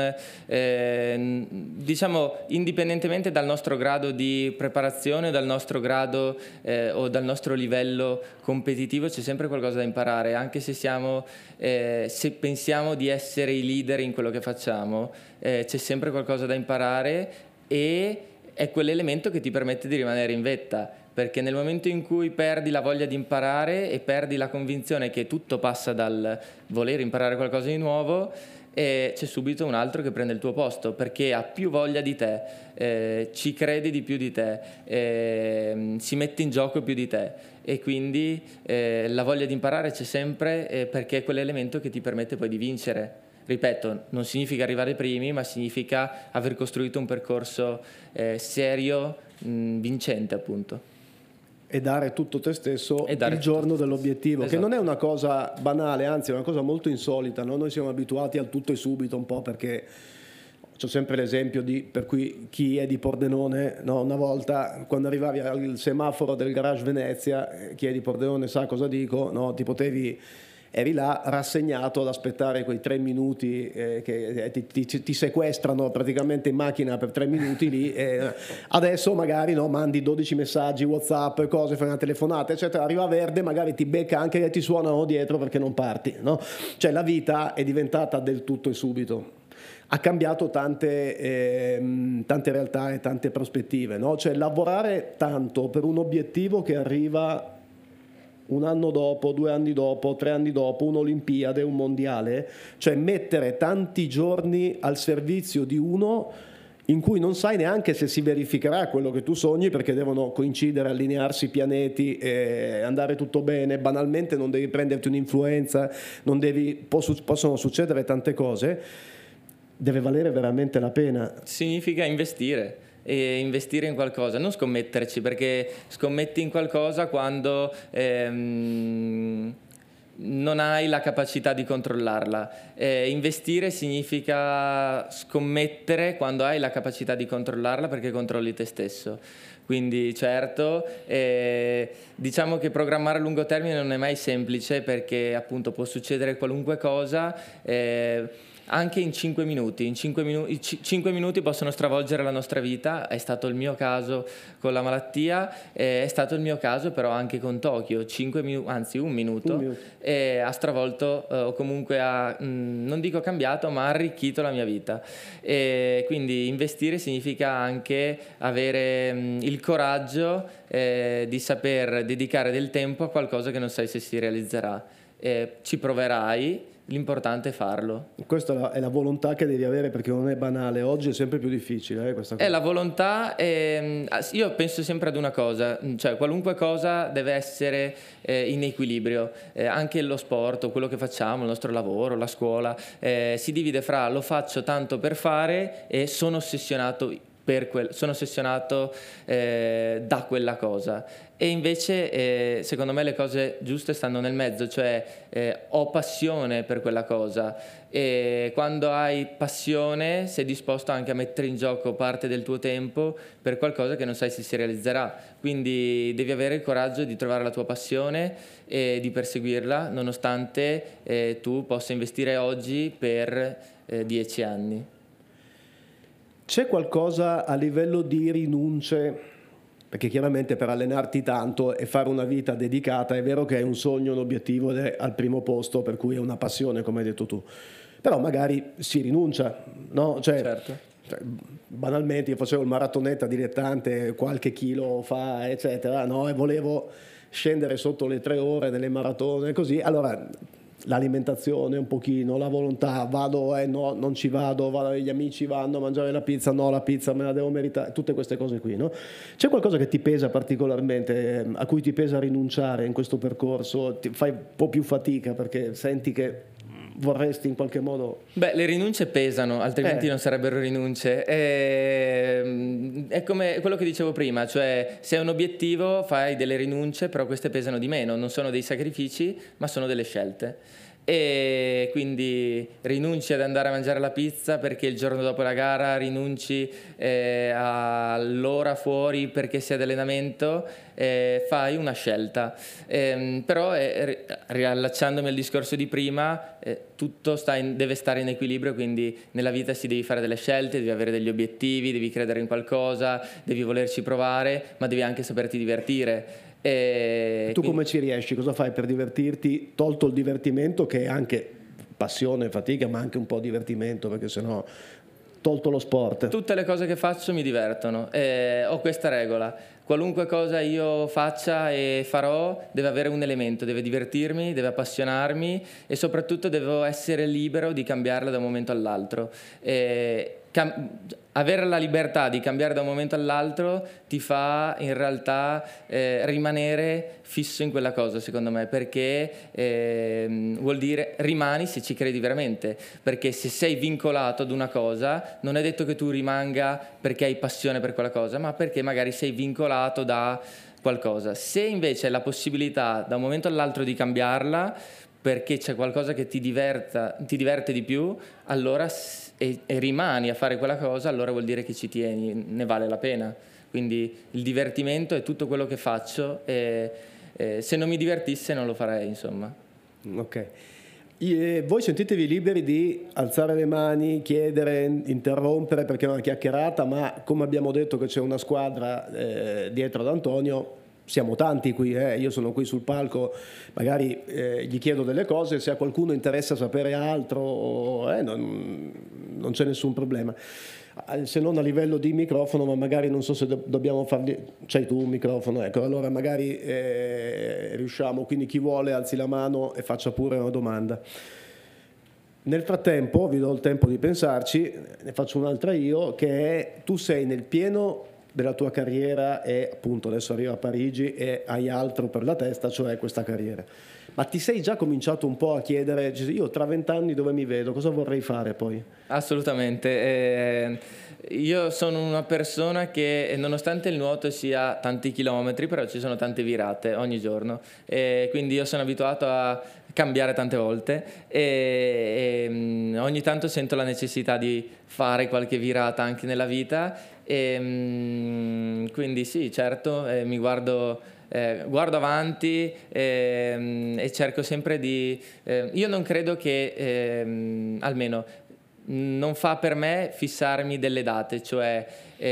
diciamo indipendentemente dal nostro grado di preparazione, dal nostro grado o dal nostro livello competitivo, c'è sempre qualcosa da imparare, anche se se pensiamo di essere i leader in quello che facciamo, c'è sempre qualcosa da imparare e è quell'elemento che ti permette di rimanere in vetta, perché nel momento in cui perdi la voglia di imparare e perdi la convinzione che tutto passa dal voler imparare qualcosa di nuovo, c'è subito un altro che prende il tuo posto, perché ha più voglia di te, ci crede di più di te, si mette in gioco più di te, e quindi la voglia di imparare c'è sempre, perché è quell'elemento che ti permette poi di vincere. Ripeto, non significa arrivare primi, ma significa aver costruito un percorso serio, vincente appunto. E dare tutto te stesso il giorno dell'obiettivo, esatto. Che non è una cosa banale, anzi è una cosa molto insolita, no? Noi siamo abituati al tutto e subito un po', perché c'ho sempre l'esempio per cui chi è di Pordenone, no? Una volta quando arrivavi al semaforo del Garage Venezia, chi è di Pordenone sa cosa dico, no? Eri là rassegnato ad aspettare quei 3 minuti che ti sequestrano praticamente in macchina per 3 minuti lì, adesso magari no, mandi 12 messaggi WhatsApp, cose, fai una telefonata eccetera, arriva verde, magari ti becca anche e ti suonano dietro perché non parti, no? Cioè la vita è diventata del tutto e subito, ha cambiato tante realtà e tante prospettive, no? Cioè lavorare tanto per un obiettivo che arriva un anno dopo, 2 anni dopo, 3 anni dopo, un'Olimpiade, un mondiale, cioè mettere tanti giorni al servizio di uno in cui non sai neanche se si verificherà quello che tu sogni, perché devono coincidere, allinearsi i pianeti, andare tutto bene, banalmente non devi prenderti un'influenza, possono succedere tante cose, deve valere veramente la pena. Significa investire. E investire in qualcosa, non scommetterci, perché scommetti in qualcosa quando non hai la capacità di controllarla. Investire significa scommettere quando hai la capacità di controllarla, perché controlli te stesso. Quindi certo, diciamo che programmare a lungo termine non è mai semplice, perché appunto può succedere qualunque cosa, anche in 5 minuti. In 5 minuti possono stravolgere la nostra vita. È stato il mio caso con la malattia, è stato il mio caso però anche con Tokyo. 1 minuto, ha stravolto o comunque non dico cambiato, ma ha arricchito la mia vita. Quindi investire significa anche avere il coraggio di saper dedicare del tempo a qualcosa che non sai se si realizzerà. Ci proverai. L'importante è farlo. Questa è la volontà che devi avere, perché non è banale. Oggi è sempre più difficile questa cosa. È la volontà. Io penso sempre ad una cosa, cioè qualunque cosa deve essere in equilibrio. Anche lo sport, quello che facciamo, il nostro lavoro, la scuola, si divide fra lo faccio tanto per fare e sono ossessionato da quella cosa. E invece secondo me le cose giuste stanno nel mezzo, cioè ho passione per quella cosa, e quando hai passione sei disposto anche a mettere in gioco parte del tuo tempo per qualcosa che non sai se si realizzerà. Quindi devi avere il coraggio di trovare la tua passione e di perseguirla, nonostante tu possa investire oggi per 10 anni. C'è qualcosa a livello di rinunce? Perché chiaramente per allenarti tanto e fare una vita dedicata, è vero che è un sogno, un obiettivo ed è al primo posto, per cui è una passione, come hai detto tu. però magari si rinuncia, no? Certo. Banalmente io facevo il maratoneta dilettante qualche chilo fa, eccetera, no? E volevo scendere sotto le 3 ore nelle maratone, così, allora l'alimentazione un pochino, la volontà, vado, no, non ci vado, gli amici vanno a mangiare la pizza, no, la pizza me la devo meritare, tutte queste cose qui, no? C'è qualcosa che ti pesa particolarmente, a cui ti pesa rinunciare in questo percorso, ti fai un po' più fatica perché senti che vorresti in qualche modo... Beh, le rinunce pesano, altrimenti non sarebbero rinunce. È come quello che dicevo prima, cioè se hai un obiettivo fai delle rinunce, però queste pesano di meno, non sono dei sacrifici, ma sono delle scelte. E quindi rinunci ad andare a mangiare la pizza perché il giorno dopo la gara, rinunci all'ora fuori perché sei ad allenamento, fai una scelta. Però riallacciandomi al discorso di prima, tutto deve stare in equilibrio, quindi nella vita si devi fare delle scelte, devi avere degli obiettivi, devi credere in qualcosa, devi volerci provare, ma devi anche saperti divertire. Tu come ci riesci? Cosa fai per divertirti? Tolto il divertimento che è anche passione, fatica, ma anche un po' divertimento, perché sennò tolto lo sport. Tutte le cose che faccio mi divertono. Ho questa regola: qualunque cosa io faccia e farò deve avere un elemento, deve divertirmi, deve appassionarmi e soprattutto devo essere libero di cambiarla da un momento all'altro. Avere la libertà di cambiare da un momento all'altro ti fa in realtà rimanere fisso in quella cosa, secondo me, perché vuol dire rimani se ci credi veramente, perché se sei vincolato ad una cosa non è detto che tu rimanga perché hai passione per quella cosa, ma perché magari sei vincolato da qualcosa. Se invece hai la possibilità da un momento all'altro di cambiarla perché c'è qualcosa che ti diverte di più, allora e rimani a fare quella cosa, allora vuol dire che ci tieni, ne vale la pena. Quindi il divertimento è tutto quello che faccio e se non mi divertisse non lo farei, insomma. Ok. Voi sentitevi liberi di alzare le mani, chiedere, interrompere, perché è una chiacchierata, ma come abbiamo detto che c'è una squadra dietro ad Antonio, siamo tanti qui, io sono qui sul palco, magari gli chiedo delle cose, se a qualcuno interessa sapere altro non c'è nessun problema, se non a livello di microfono, ma magari non so se dobbiamo fargli... C'hai tu un microfono, ecco, allora magari riusciamo, quindi chi vuole alzi la mano e faccia pure una domanda. Nel frattempo, vi do il tempo di pensarci, ne faccio un'altra io, che è: tu sei nel pieno della tua carriera e appunto adesso arriva a Parigi e hai altro per la testa, cioè questa carriera, ma ti sei già cominciato un po' a chiedere, io tra 20 anni dove mi vedo, cosa vorrei fare poi? Assolutamente, io sono una persona che nonostante il nuoto sia tanti chilometri, però ci sono tante virate ogni giorno, quindi io sono abituato a cambiare tante volte e ogni tanto sento la necessità di fare qualche virata anche nella vita quindi sì, certo, mi guardo avanti e cerco sempre di... io non credo che, almeno non fa per me fissarmi delle date, cioè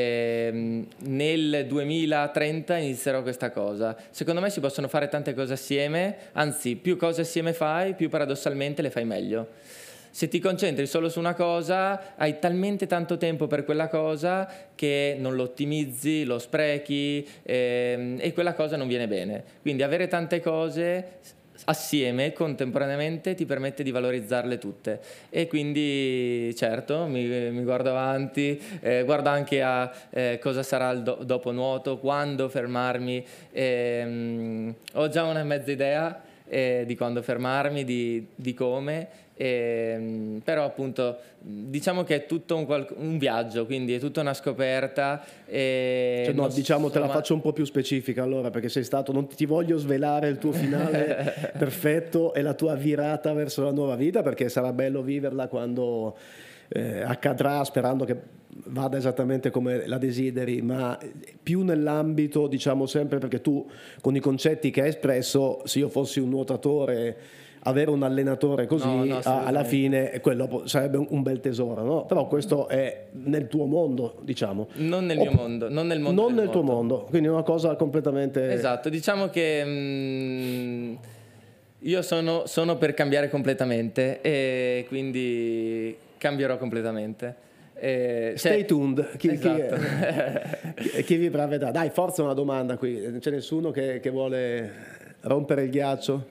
nel 2030 inizierò questa cosa. Secondo me si possono fare tante cose assieme, anzi più cose assieme fai, più paradossalmente le fai meglio. Se ti concentri solo su una cosa, hai talmente tanto tempo per quella cosa che non lo ottimizzi, lo sprechi e quella cosa non viene bene. Quindi avere tante cose assieme, contemporaneamente, ti permette di valorizzarle tutte. E quindi, certo, mi guardo avanti, guardo anche a cosa sarà il dopo nuoto, quando fermarmi. Ho già una mezza idea di quando fermarmi, di come... però appunto diciamo che è tutto un viaggio, quindi è tutta una scoperta diciamo te la faccio un po' più specifica allora, perché sei stato, non ti voglio svelare il tuo finale perfetto e la tua virata verso la nuova vita, perché sarà bello viverla quando accadrà, sperando che vada esattamente come la desideri, ma più nell'ambito, diciamo sempre, perché tu con i concetti che hai espresso, se io fossi un nuotatore, avere un allenatore così alla fine quello sarebbe un bel tesoro, no? Però questo è nel tuo mondo, diciamo. Non nel mio mondo, non nel mondo. Non nel tuo mondo, quindi è una cosa completamente... Esatto, diciamo che Io sono per cambiare completamente e quindi cambierò completamente. Stay tuned. Esatto. Chi vi vedrà? Dai, forza una domanda qui. Non c'è nessuno che vuole rompere il ghiaccio?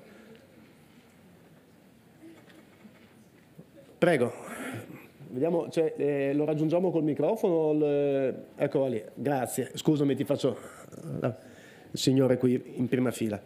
Prego. Vediamo, lo raggiungiamo col microfono? Eccolo lì. Grazie. Scusami, ti faccio il signore qui in prima fila.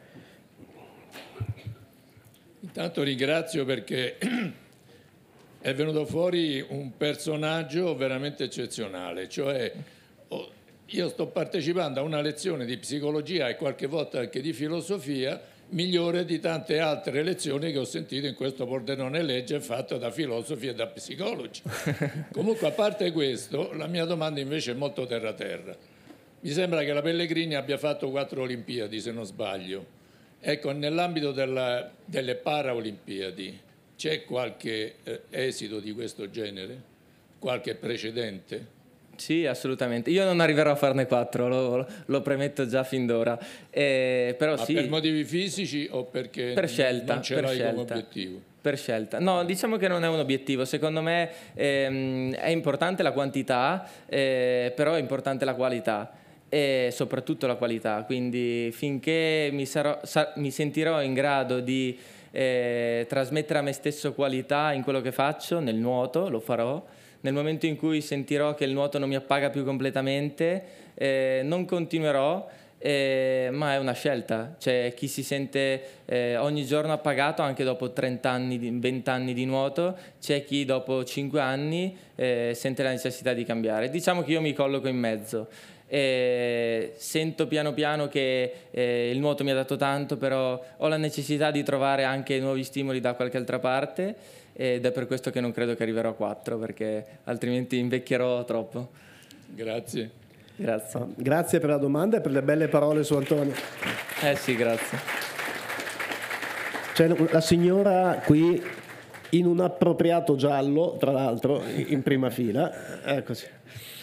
Intanto ringrazio perché è venuto fuori un personaggio veramente eccezionale, cioè io sto partecipando a una lezione di psicologia e qualche volta anche di filosofia migliore di tante altre lezioni che ho sentito in questo Pordenone Legge fatto da filosofi e da psicologi. Comunque, a parte questo, la mia domanda invece è molto terra-terra. Mi sembra che la Pellegrini abbia fatto 4 Olimpiadi, se non sbaglio. Ecco, nell'ambito delle Paraolimpiadi c'è qualche esito di questo genere? Qualche precedente? Sì, assolutamente. Io non arriverò a farne 4, lo premetto già fin d'ora. Però Ma sì. per motivi fisici o perché per scelta, non ce l'hai come obiettivo? Per scelta. No, diciamo che non è un obiettivo. Secondo me è importante la quantità, però è importante la qualità. E soprattutto la qualità, quindi finché mi sentirò in grado di trasmettere a me stesso qualità in quello che faccio, nel nuoto lo farò. Nel momento in cui sentirò che il nuoto non mi appaga più completamente, non continuerò, ma è una scelta. C'è chi si sente ogni giorno appagato anche dopo 30 anni, 20 anni di nuoto, c'è chi dopo 5 anni sente la necessità di cambiare. Diciamo che io mi colloco in mezzo. Sento piano piano che il nuoto mi ha dato tanto, però ho la necessità di trovare anche nuovi stimoli da qualche altra parte, ed è per questo che non credo che arriverò a 4, perché altrimenti invecchierò troppo. Grazie. Grazie. Grazie per la domanda e per le belle parole su Antonio. Sì, grazie. C'è la signora qui in un appropriato giallo, tra l'altro, in prima fila. Eccoci.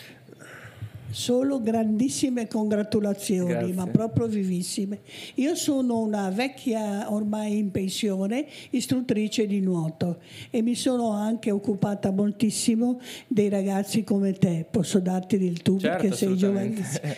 Solo grandissime congratulazioni, Grazie. ma proprio vivissime. Io sono una vecchia, ormai in pensione, istruttrice di nuoto e mi sono anche occupata moltissimo dei ragazzi come te. Posso darti del tu, Certo, perché sei giovanissimo.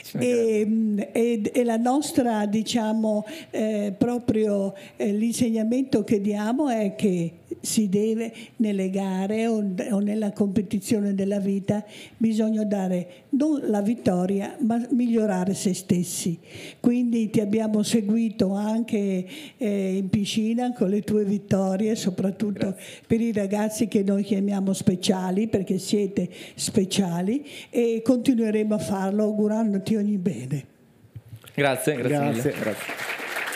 E la nostra, diciamo, proprio l'insegnamento che diamo è che si deve, nelle gare o nella competizione della vita, bisogna dare non la vittoria, ma migliorare se stessi. Quindi ti abbiamo seguito anche in piscina con le tue vittorie, soprattutto Grazie. Per i ragazzi che noi chiamiamo speciali, perché siete speciali, e continueremo a farlo augurandoti ogni bene. Grazie mille. Grazie.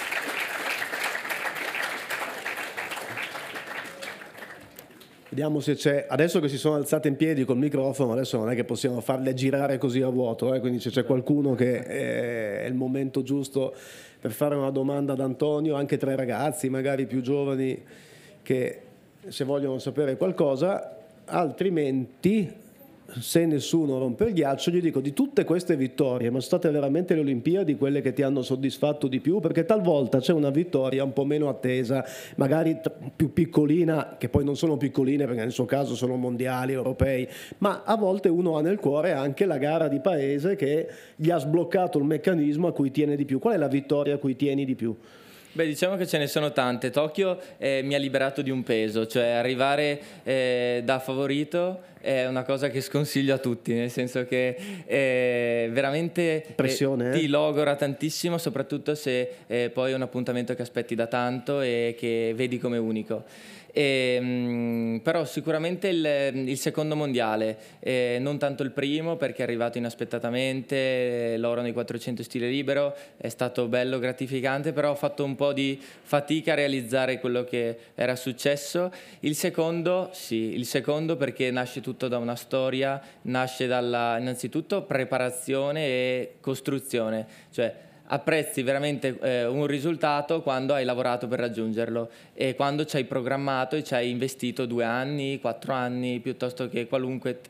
Vediamo se c'è, adesso che si sono alzate in piedi col microfono, adesso non è che possiamo farle girare così a vuoto, quindi se c'è qualcuno che è il momento giusto per fare una domanda ad Antonio, anche tra i ragazzi magari più giovani che se vogliono sapere qualcosa, altrimenti se nessuno rompe il ghiaccio gli dico: di tutte queste vittorie, ma sono state veramente le Olimpiadi quelle che ti hanno soddisfatto di più? Perché talvolta c'è una vittoria un po' meno attesa, magari più piccolina, che poi non sono piccoline perché nel suo caso sono mondiali, europei, ma a volte uno ha nel cuore anche la gara di paese che gli ha sbloccato il meccanismo a cui tiene di più. Qual è la vittoria a cui tieni di più? Beh, diciamo che ce ne sono tante. Tokyo mi ha liberato di un peso, cioè arrivare da favorito è una cosa che sconsiglio a tutti, nel senso che veramente ti logora tantissimo, soprattutto se poi è un appuntamento che aspetti da tanto e che vedi come unico. Però sicuramente il secondo mondiale, non tanto il primo perché è arrivato inaspettatamente, l'oro nei 400 stile libero, è stato bello, gratificante, però ho fatto un po' di fatica a realizzare quello che era successo. Il secondo perché nasce tutto da una storia, nasce dalla innanzitutto preparazione e costruzione, cioè apprezzi veramente un risultato quando hai lavorato per raggiungerlo e quando ci hai programmato e ci hai investito 2 anni, 4 anni, piuttosto che qualunque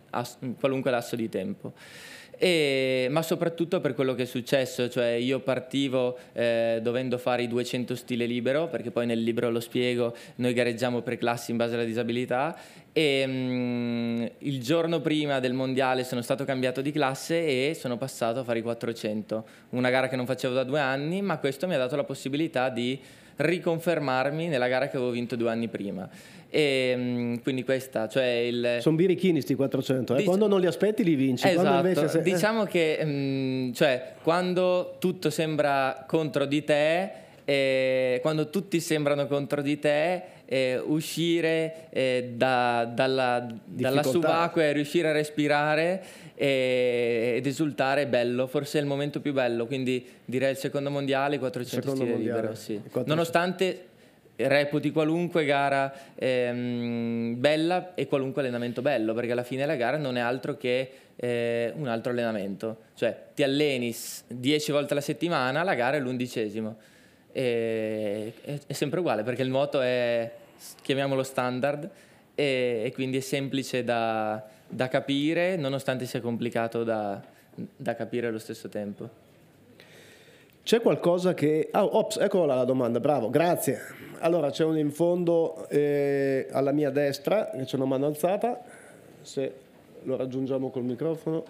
in qualunque lasso di tempo. Ma soprattutto per quello che è successo, cioè io partivo dovendo fare i 200 stile libero, perché poi nel libro lo spiego, noi gareggiamo per classi in base alla disabilità, e il giorno prima del mondiale sono stato cambiato di classe e sono passato a fare i 400, una gara che non facevo da 2 anni, ma questo mi ha dato la possibilità di riconfermarmi nella gara che avevo vinto 2 anni prima. E quindi questa, cioè sono birichini sti 400, quando non li aspetti li vinci. Esatto. Quando invece diciamo che cioè, quando tutto sembra contro di te, quando tutti sembrano contro di te, uscire dalla subacquea e riuscire a respirare ed esultare è bello, forse è il momento più bello, quindi direi il secondo mondiale, 400 stile libero, sì. Nonostante reputi qualunque gara bella e qualunque allenamento bello, perché alla fine la gara non è altro che un altro allenamento, cioè ti alleni 10 volte alla settimana, la gara è l'11°, è sempre uguale perché il nuoto è, chiamiamolo standard, e quindi è semplice da capire nonostante sia complicato da capire allo stesso tempo. C'è qualcosa che... eccola la domanda, bravo, grazie. Allora, c'è uno in fondo alla mia destra, che c'è una mano alzata, se lo raggiungiamo col microfono.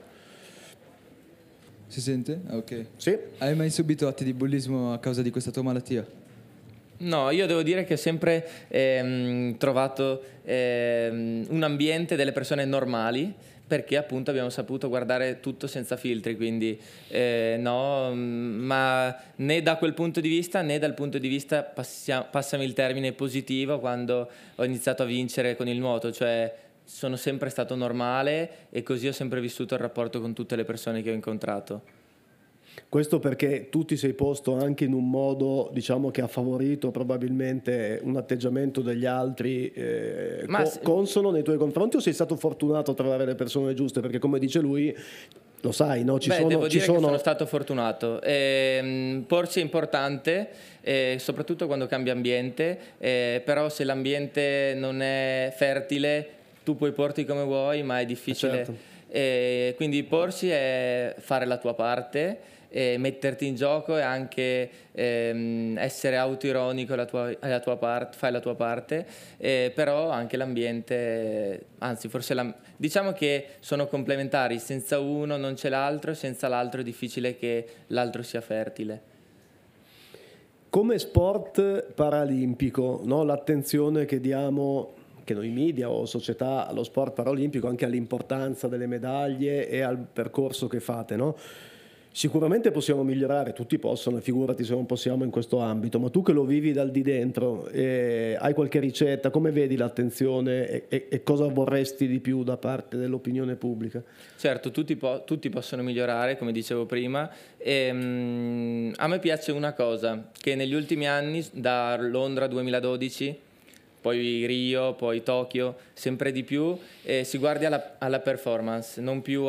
Si sente? Ok. Sì. Hai mai subito atti di bullismo a causa di questa tua malattia? No, io devo dire che ho sempre trovato un ambiente delle persone normali, perché appunto abbiamo saputo guardare tutto senza filtri, quindi no, ma né da quel punto di vista né dal punto di vista, passami il termine, positivo, quando ho iniziato a vincere con il nuoto, cioè sono sempre stato normale e così ho sempre vissuto il rapporto con tutte le persone che ho incontrato. Questo perché tu ti sei posto anche in un modo, diciamo, che ha favorito probabilmente un atteggiamento degli altri consono nei tuoi confronti, o sei stato fortunato a trovare le persone giuste? Perché come dice lui, lo sai, no? Devo dire che sono stato fortunato. Porsi è importante, soprattutto quando cambia ambiente, però se l'ambiente non è fertile tu puoi porti come vuoi, ma è difficile. Certo. Quindi porsi è fare la tua parte, metterti in gioco e anche essere autoironico alla tua parte, fai la tua parte, però anche l'ambiente, anzi forse diciamo che sono complementari, senza uno non c'è l'altro, senza l'altro è difficile che l'altro sia fertile. Come sport paralimpico, no? L'attenzione che diamo, che noi media o società, allo sport paralimpico, anche all'importanza delle medaglie e al percorso che fate, no? Sicuramente possiamo migliorare, tutti possono, figurati se non possiamo in questo ambito, ma tu che lo vivi dal di dentro, hai qualche ricetta? Come vedi l'attenzione e cosa vorresti di più da parte dell'opinione pubblica? Certo, tutti possono migliorare, come dicevo prima, a me piace una cosa, che negli ultimi anni, da Londra 2012, poi Rio, poi Tokyo, sempre di più, si guardi alla performance, non più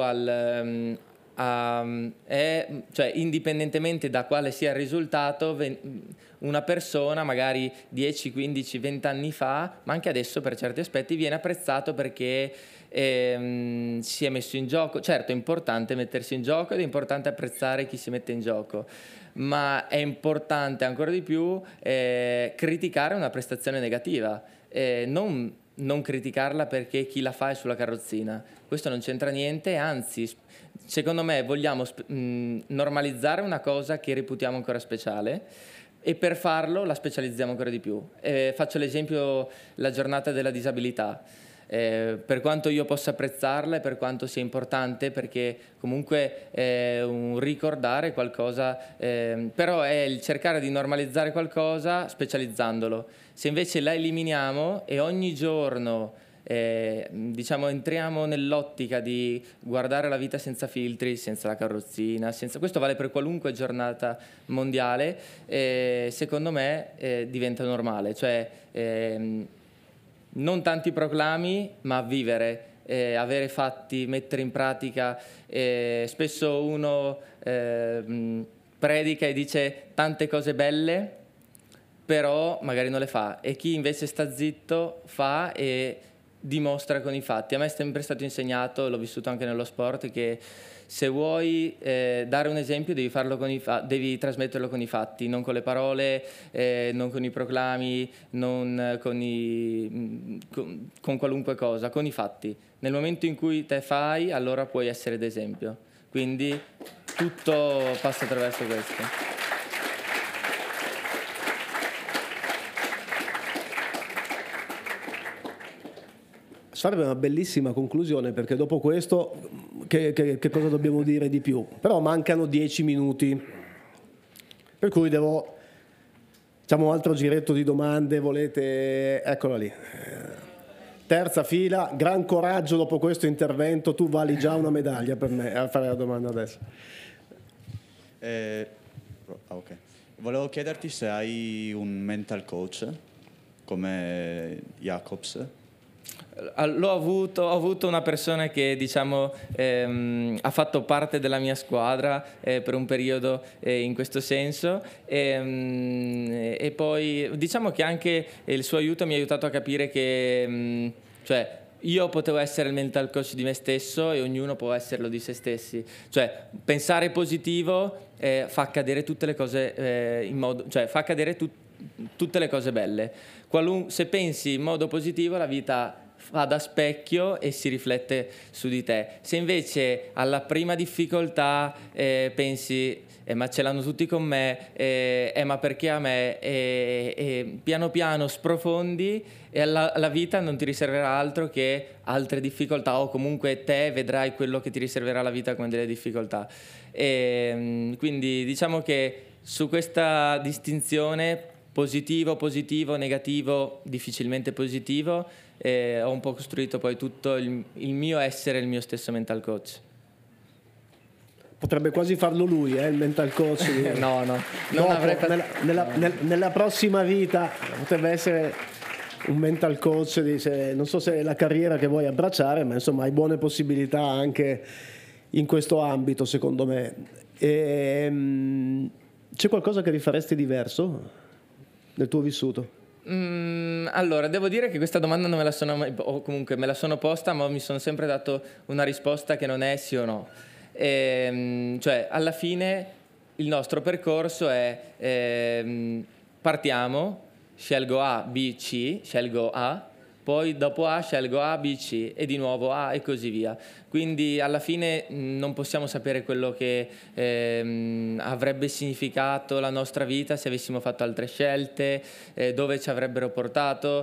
cioè indipendentemente da quale sia il risultato, una persona magari 10, 15, 20 anni fa, ma anche adesso per certi aspetti, viene apprezzato perché si è messo in gioco. Certo, è importante mettersi in gioco ed è importante apprezzare chi si mette in gioco, ma è importante ancora di più criticare una prestazione negativa, non criticarla perché chi la fa è sulla carrozzina. Questo non c'entra niente, anzi, secondo me vogliamo normalizzare una cosa che reputiamo ancora speciale e per farlo la specializziamo ancora di più. Faccio l'esempio, la giornata della disabilità. Per quanto io possa apprezzarla e per quanto sia importante, perché comunque è un ricordare qualcosa, però è il cercare di normalizzare qualcosa specializzandolo. Se invece la eliminiamo e ogni giorno diciamo entriamo nell'ottica di guardare la vita senza filtri, senza la carrozzina, questo vale per qualunque giornata mondiale, secondo me diventa normale, cioè non tanti proclami, ma vivere, avere fatti, mettere in pratica. Spesso uno predica e dice tante cose belle, però magari non le fa, e chi invece sta zitto fa e dimostra con i fatti. A me è sempre stato insegnato, l'ho vissuto anche nello sport, che se vuoi dare un esempio devi farlo devi trasmetterlo con i fatti, non con le parole, non con i proclami, non con qualunque cosa, con i fatti. Nel momento in cui te fai, allora puoi essere d'esempio. Quindi tutto passa attraverso questo. Sarebbe una bellissima conclusione, perché dopo questo che cosa dobbiamo dire di più? Però mancano 10 minuti, per cui facciamo un altro giretto di domande, volete? Eccola lì. Terza fila, gran coraggio dopo questo intervento, tu vali già una medaglia per me a fare la domanda adesso. Ok. Volevo chiederti se hai un mental coach come Jacobs. Ho avuto una persona che diciamo ha fatto parte della mia squadra per un periodo in questo senso e poi diciamo che anche il suo aiuto mi ha aiutato a capire che cioè io potevo essere il mental coach di me stesso e ognuno può esserlo di se stessi, cioè pensare positivo fa accadere tutte le cose cioè fa accadere tutte le cose belle. Se pensi in modo positivo la vita fa da specchio e si riflette su di te. Se invece alla prima difficoltà pensi ma ce l'hanno tutti con me, ma perché a me, piano piano sprofondi e la vita non ti riserverà altro che altre difficoltà, o comunque te vedrai quello che ti riserverà la vita come delle difficoltà. Quindi diciamo che su questa distinzione positivo, negativo, difficilmente positivo, ho un po' costruito poi tutto il mio essere, il mio stesso mental coach. Potrebbe quasi farlo lui, il mental coach. No, non dopo, avrei nella prossima vita potrebbe essere un mental coach, non so se è la carriera che vuoi abbracciare, ma insomma hai buone possibilità anche in questo ambito, secondo me. C'è qualcosa che rifaresti diverso nel tuo vissuto? Allora, devo dire che questa domanda non me la sono mai, o comunque me la sono posta, ma mi sono sempre dato una risposta che non è sì o no. Cioè, alla fine il nostro percorso è partiamo, scelgo A, B, C, scelgo A, poi dopo A scelgo A, B, C e di nuovo A e così via. Quindi alla fine non possiamo sapere quello che avrebbe significato la nostra vita se avessimo fatto altre scelte, dove ci avrebbero portato.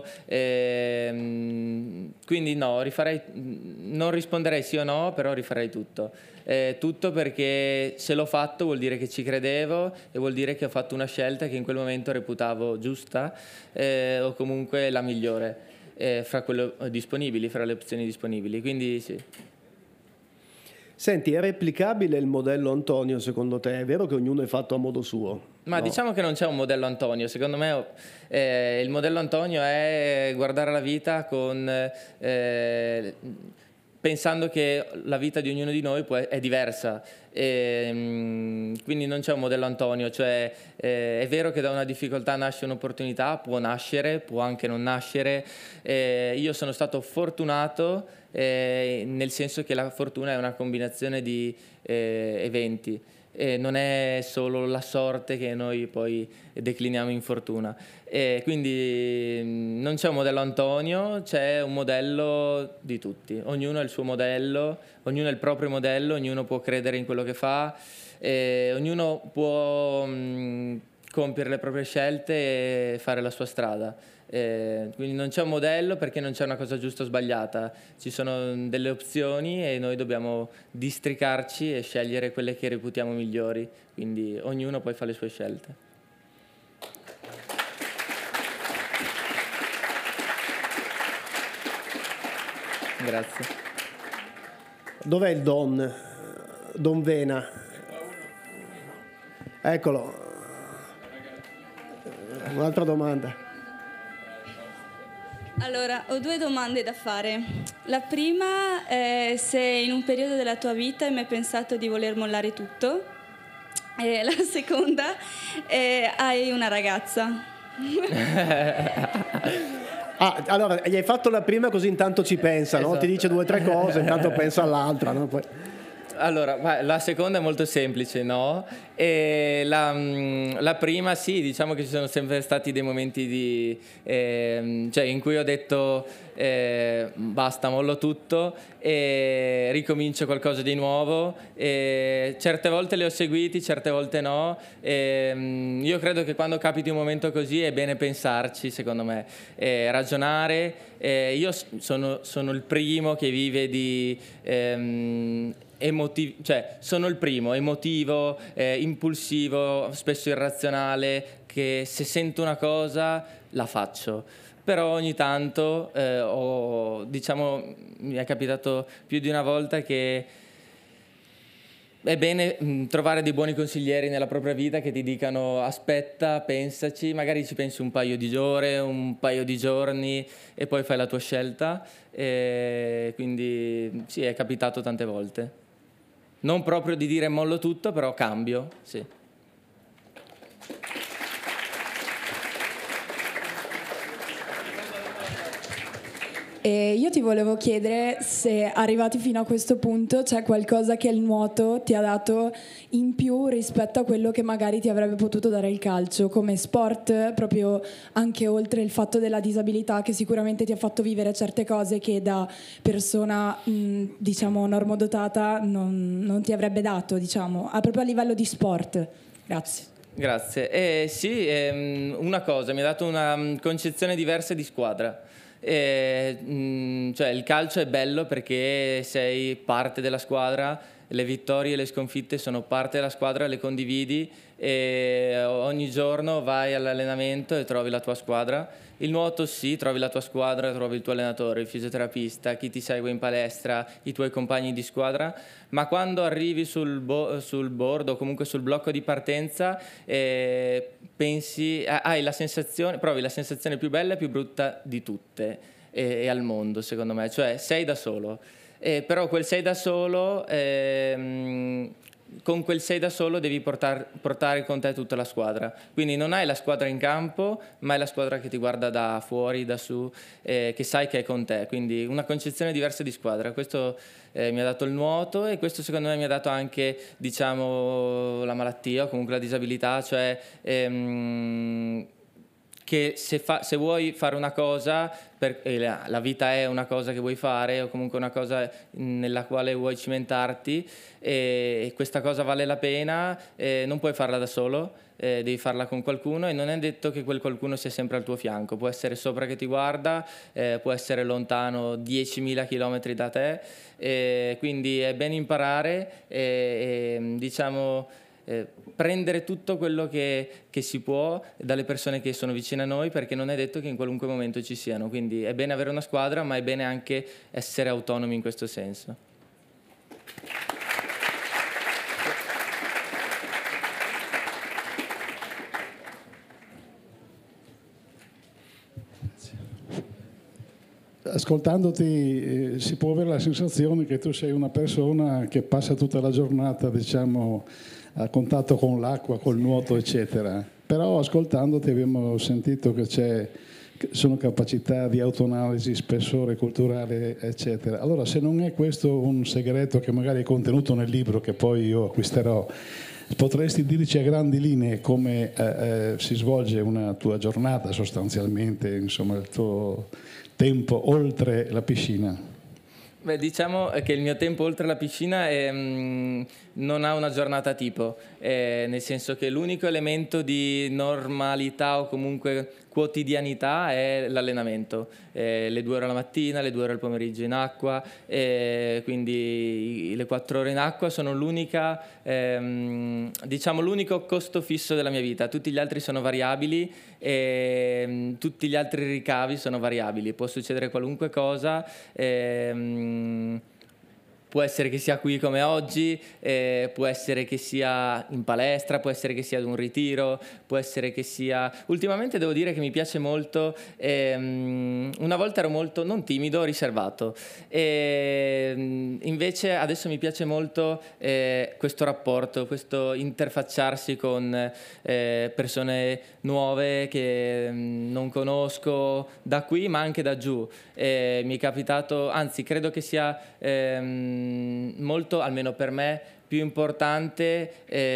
Quindi no, non risponderei sì o no, però rifarei tutto. Tutto perché se l'ho fatto vuol dire che ci credevo e vuol dire che ho fatto una scelta che in quel momento reputavo giusta o comunque la migliore fra quelle disponibili, fra le opzioni disponibili. Quindi sì. Senti, è replicabile il modello Antonio secondo te? È vero che ognuno è fatto a modo suo? Ma no? Diciamo che non c'è un modello Antonio. Secondo me il modello Antonio è guardare la vita con pensando che la vita di ognuno di noi è diversa. Quindi non c'è un modello Antonio, cioè è vero che da una difficoltà nasce un'opportunità, può nascere, può anche non nascere. Io sono stato fortunato nel senso che la fortuna è una combinazione di eventi. Non è solo la sorte che noi poi decliniamo in fortuna. Quindi non c'è un modello Antonio, c'è un modello di tutti. Ognuno ha il suo modello, ognuno ha il proprio modello, ognuno può credere in quello che fa, ognuno può compiere le proprie scelte e fare la sua strada. Quindi non c'è un modello perché non c'è una cosa giusta o sbagliata, ci sono delle opzioni e noi dobbiamo districarci e scegliere quelle che reputiamo migliori, quindi ognuno poi fa le sue scelte. Grazie. Dov'è il Don Vena? Eccolo. Un'altra domanda. Allora, ho due domande da fare. La prima è se in un periodo della tua vita hai mai pensato di voler mollare tutto. E la seconda è hai una ragazza. Allora, gli hai fatto la prima così intanto ci pensa, no? Esatto. Ti dice 2 o 3 cose, intanto pensa all'altra, no? Poi... Allora, la seconda è molto semplice, no? E la prima sì, diciamo che ci sono sempre stati dei momenti cioè in cui ho detto basta, mollo tutto e ricomincio qualcosa di nuovo. Certe volte le ho seguiti, certe volte no. Io credo che quando capiti un momento così è bene pensarci, secondo me, ragionare. Io sono il primo che vive di... cioè sono il primo emotivo, impulsivo, spesso irrazionale, che se sento una cosa la faccio, però ogni tanto diciamo mi è capitato più di una volta che è bene trovare dei buoni consiglieri nella propria vita che ti dicano aspetta, pensaci, magari ci pensi un paio di ore, un paio di giorni e poi fai la tua scelta. Quindi sì, è capitato tante volte. Non proprio di dire mollo tutto, però cambio, sì. E io ti volevo chiedere se arrivati fino a questo punto c'è qualcosa che il nuoto ti ha dato in più rispetto a quello che magari ti avrebbe potuto dare il calcio come sport, proprio anche oltre il fatto della disabilità, che sicuramente ti ha fatto vivere certe cose che da persona diciamo normodotata non ti avrebbe dato, diciamo, proprio a livello di sport. Grazie. Grazie. Sì, una cosa, mi ha dato una concezione diversa di squadra. Cioè il calcio è bello perché sei parte della squadra, le vittorie e le sconfitte sono parte della squadra, le condividi e ogni giorno vai all'allenamento e trovi la tua squadra. Il nuoto sì, trovi la tua squadra, trovi il tuo allenatore, il fisioterapista, chi ti segue in palestra, i tuoi compagni di squadra, ma quando arrivi sul board o comunque sul blocco di partenza provi la sensazione più bella e più brutta di tutte e al mondo, secondo me, cioè sei da solo. Però quel sei da solo, con quel sei da solo devi portare con te tutta la squadra. Quindi non hai la squadra in campo, ma è la squadra che ti guarda da fuori, da su, che sai che è con te. Quindi una concezione diversa di squadra. Questo mi ha dato il nuoto e questo secondo me mi ha dato anche, diciamo, la malattia o comunque la disabilità, cioè... che se vuoi fare una cosa, la vita è una cosa che vuoi fare o comunque una cosa nella quale vuoi cimentarti e questa cosa vale la pena, non puoi farla da solo, devi farla con qualcuno e non è detto che quel qualcuno sia sempre al tuo fianco, può essere sopra che ti guarda, può essere lontano 10.000 chilometri da te, quindi è bene imparare diciamo... prendere tutto quello che si può dalle persone che sono vicine a noi, perché non è detto che in qualunque momento ci siano, quindi è bene avere una squadra ma è bene anche essere autonomi in questo senso. Ascoltandoti si può avere la sensazione che tu sei una persona che passa tutta la giornata, diciamo, a contatto con l'acqua, col nuoto, eccetera. Però ascoltandoti abbiamo sentito che sono capacità di autoanalisi, spessore culturale, eccetera. Allora, se non è questo un segreto che magari è contenuto nel libro che poi io acquisterò, potresti dirci a grandi linee come si svolge una tua giornata sostanzialmente, insomma, il tuo tempo oltre la piscina? Beh, diciamo che il mio tempo oltre la piscina non ha una giornata tipo, nel senso che l'unico elemento di normalità o comunque quotidianità è l'allenamento, le 2 ore la mattina, le 2 ore al pomeriggio in acqua, quindi le 4 ore in acqua sono diciamo l'unico costo fisso della mia vita, tutti gli altri sono variabili e tutti gli altri ricavi sono variabili, può succedere qualunque cosa, può essere che sia qui come oggi, può essere che sia in palestra, può essere che sia ad un ritiro, può essere che sia... Ultimamente devo dire che mi piace molto, una volta ero molto, non timido, riservato, invece adesso mi piace molto questo rapporto, questo interfacciarsi con persone nuove che non conosco da qui ma anche da giù. Mi è capitato, anzi credo che sia molto, almeno per me, più importante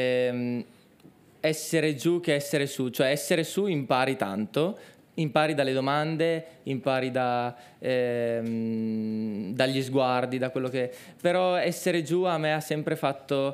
essere giù che essere su, cioè essere su impari tanto, impari dalle domande, impari dagli sguardi, da quello che... Però essere giù a me ha sempre fatto,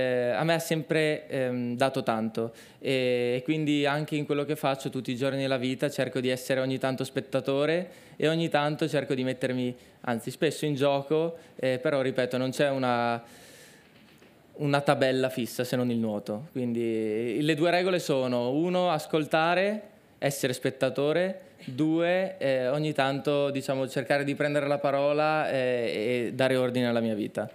dato tanto, e quindi anche in quello che faccio tutti i giorni della vita cerco di essere ogni tanto spettatore e ogni tanto cerco di mettermi, anzi spesso in gioco, però ripeto, non c'è una tabella fissa se non il nuoto, quindi le due regole sono: 1, ascoltare, essere spettatore; 2, ogni tanto, diciamo, cercare di prendere la parola e dare ordine alla mia vita.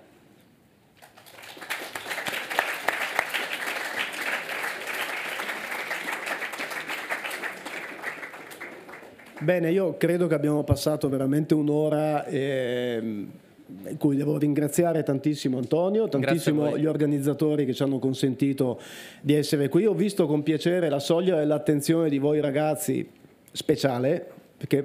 Bene, io credo che abbiamo passato veramente un'ora in cui devo ringraziare tantissimo Antonio, tantissimo gli organizzatori che ci hanno consentito di essere qui. Ho visto con piacere la soglia dell'attenzione di voi ragazzi speciale, perché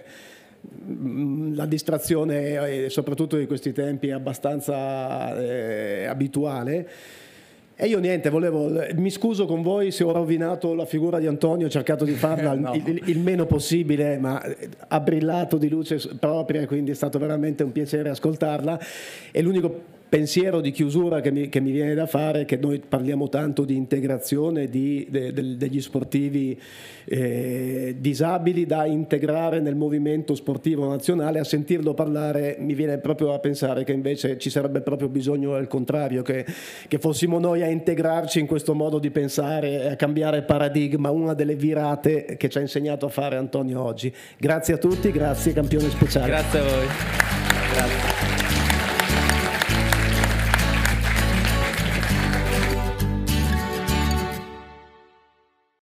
la distrazione, soprattutto di questi tempi, è abbastanza abituale. E io niente, mi scuso con voi se ho rovinato la figura di Antonio, ho cercato di farla no. il meno possibile, ma ha brillato di luce propria, quindi è stato veramente un piacere ascoltarla. E l'unico pensiero di chiusura che mi viene da fare è che noi parliamo tanto di integrazione degli sportivi disabili da integrare nel movimento sportivo nazionale. A sentirlo parlare mi viene proprio a pensare che invece ci sarebbe proprio bisogno al contrario, che fossimo noi a integrarci in questo modo di pensare e a cambiare paradigma, una delle virate che ci ha insegnato a fare Antonio oggi. Grazie a tutti, grazie campione speciale. Grazie a voi. Grazie.